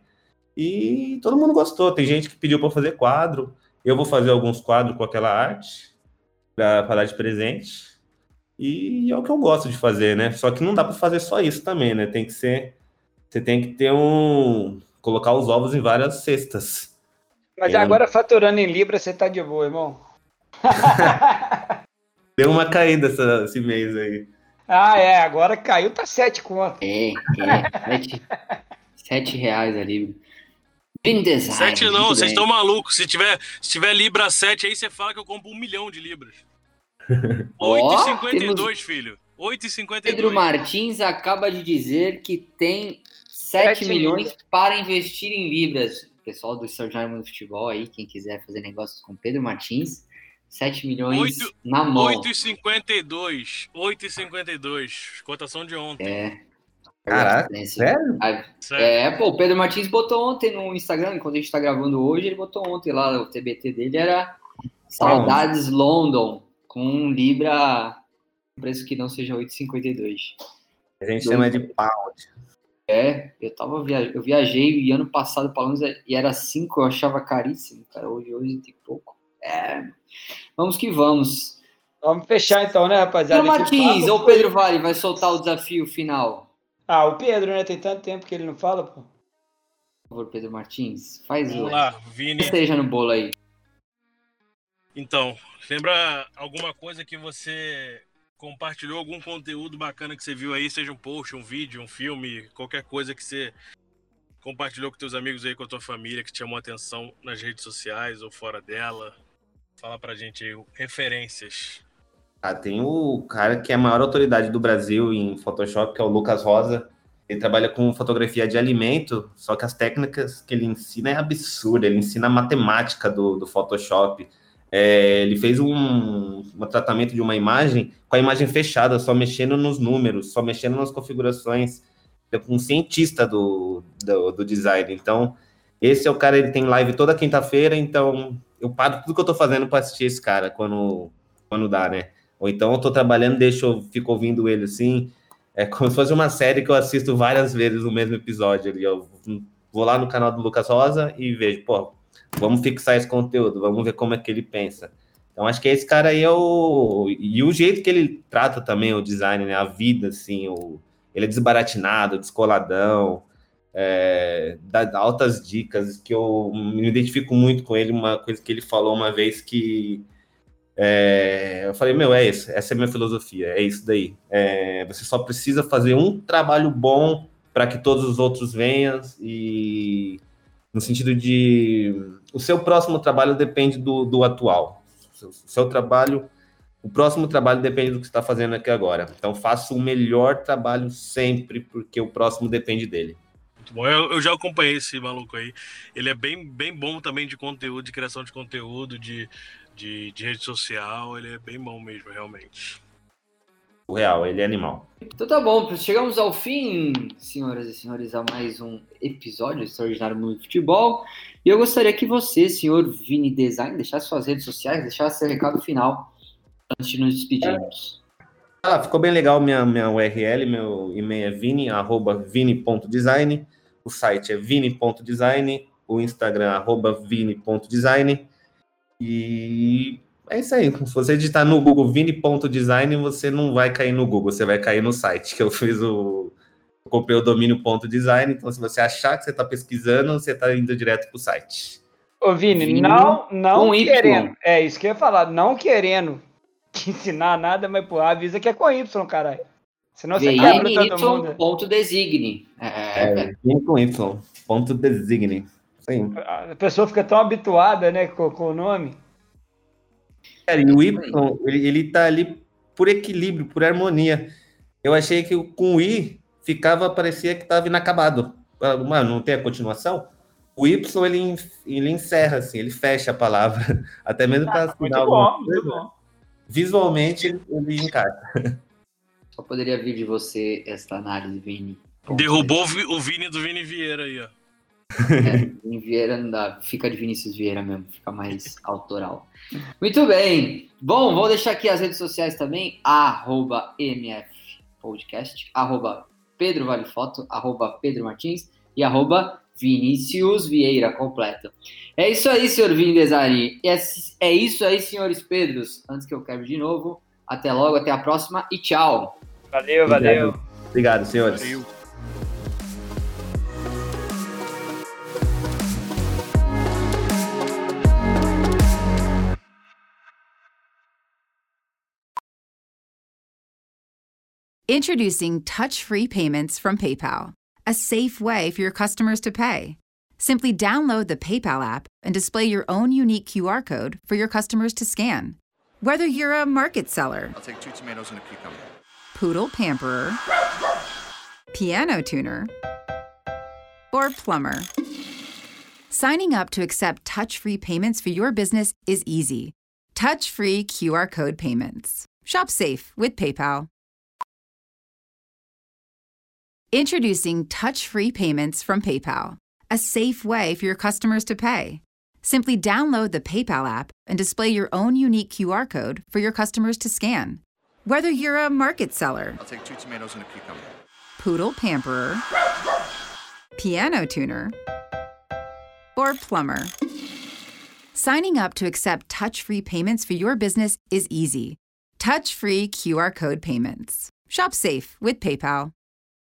e todo mundo gostou. Tem gente que pediu para fazer quadro, eu vou fazer alguns quadros com aquela arte, para dar de presente, e é o que eu gosto de fazer, né? Só que não dá para fazer só isso também, né? Você tem que ter colocar os ovos em várias cestas. Mas agora, faturando em Libra, você tá de boa, irmão. Deu uma caída esse mês aí. Agora caiu, tá 7 conto. 7 reais ali. Bem design. 7 não, vocês estão malucos. Se tiver Libra 7 aí, você fala que eu compro 1 milhão de Libras. 8,52, filho. 8,52. Pedro Martins acaba de dizer que tem 7 milhões para investir em Libras. Pessoal do Extraordinário Mundo do Futebol aí, quem quiser fazer negócios com Pedro Martins, 7 milhões na mão. 8,52. 8,52. Cotação de ontem. Caraca, sério? O Pedro Martins botou ontem no Instagram, enquanto a gente tá gravando hoje, ele botou ontem lá, o TBT dele era Saudades London, com um Libra, um preço que não seja 8,52. A gente chama de pound. Eu viajei e ano passado para Londres e era 5, eu achava caríssimo, cara. Hoje tem pouco. Vamos que vamos. Vamos fechar então, né, rapaziada? Pedro Martins, ou Pedro Vale vai soltar o desafio final? O Pedro, né? Tem tanto tempo que ele não fala, pô. Por favor, Pedro Martins, faz Vamos lá, Vini. Esteja no bolo aí. Então, lembra alguma coisa que você compartilhou, algum conteúdo bacana que você viu aí, seja um post, um vídeo, um filme, qualquer coisa que você compartilhou com teus amigos aí, com a tua família, que te chamou a atenção nas redes sociais ou fora dela? Fala pra gente aí, referências. Tem o cara que é a maior autoridade do Brasil em Photoshop, que é o Lucas Rosa. Ele trabalha com fotografia de alimento, só que as técnicas que ele ensina é absurda. Ele ensina a matemática do Photoshop. Ele fez um tratamento de uma imagem com a imagem fechada, só mexendo nos números, só mexendo nas configurações. É um cientista do design. Então, esse é o cara, ele tem live toda quinta-feira, então eu paro tudo que eu tô fazendo para assistir esse cara quando dá, né? Ou então eu tô trabalhando, fico ouvindo ele assim. É como se fosse uma série que eu assisto várias vezes no mesmo episódio ali. Eu vou lá no canal do Lucas Rosa e vejo, vamos fixar esse conteúdo, vamos ver como é que ele pensa. Então, acho que esse cara aí e o jeito que ele trata também o design, né? A vida, assim, ele é desbaratinado, descoladão, dá altas dicas, que eu me identifico muito com ele. Uma coisa que ele falou uma vez que eu falei, essa é a minha filosofia, é isso daí. Você só precisa fazer um trabalho bom para que todos os outros venham, e no sentido de o seu próximo trabalho depende do atual. O próximo trabalho depende do que você está fazendo aqui agora. Então, faça o melhor trabalho sempre, porque o próximo depende dele. Muito bom. Eu já acompanhei esse maluco aí. Ele é bem bom também de conteúdo, de criação de conteúdo, de rede social. Ele é bem bom mesmo, realmente. O real, ele é animal. Então tá bom, chegamos ao fim, senhoras e senhores, a mais um episódio extraordinário no futebol. E eu gostaria que você, senhor Vini Design, deixasse suas redes sociais, deixasse seu recado final antes de nos despedirmos. Ficou bem legal minha URL, meu e-mail é vini@vini.design, o site é vini.design, o Instagram @vini.design, e é isso aí. Se você digitar no Google vini.design, você não vai cair no Google, você vai cair no site, que eu comprei o domínio .design, então se você achar que você está pesquisando, você está indo direto para o site. Ô, Vini, não querendo, é isso que eu ia falar, não querendo te ensinar nada, mas pô, avisa que é com Y, caralho. Senão você quebra todo mundo. Ponto designe. Vini com Y, ponto designe. Sim. A pessoa fica tão habituada, né, com o nome. Cara, e o Y, ele tá ali por equilíbrio, por harmonia. Eu achei que com o I parecia que tava inacabado. Mano, não tem a continuação? O Y, ele encerra, assim, ele fecha a palavra. Até mesmo para muito bom. Visualmente, ele encaixa. Só poderia vir de você esta análise, Vini. Derrubou o Vini do Vini Vieira aí, ó. Vini Vieira não dá, fica de Vinícius Vieira mesmo, fica mais autoral. Muito bem. Bom, vou deixar aqui as redes sociais também, @mfpodcast, @Pedro Vale Foto, @Pedro Martins e @Vinícius Vieira completo. É isso aí, senhor Vini Desari. É isso aí, senhores Pedros. Antes que eu quebre de novo, até logo, até a próxima e tchau. Valeu. Obrigado, senhores. Valeu. Introducing touch-free payments from PayPal, a safe way for your customers to pay. Simply download the PayPal app and display your own unique QR code for your customers to scan. Whether you're a market seller, I'll take 2 tomatoes and a cucumber, poodle pamperer, piano tuner, or plumber, signing up to accept touch-free payments for your business is easy. Touch-free QR code payments. Shop safe with PayPal. Introducing touch-free payments from PayPal, a safe way for your customers to pay. Simply download the PayPal app and display your own unique QR code for your customers to scan. Whether you're a market seller, I'll take 2 tomatoes and a cucumber, poodle pamperer, piano tuner, or plumber, signing up to accept touch-free payments for your business is easy. Touch-free QR code payments. Shop safe with PayPal.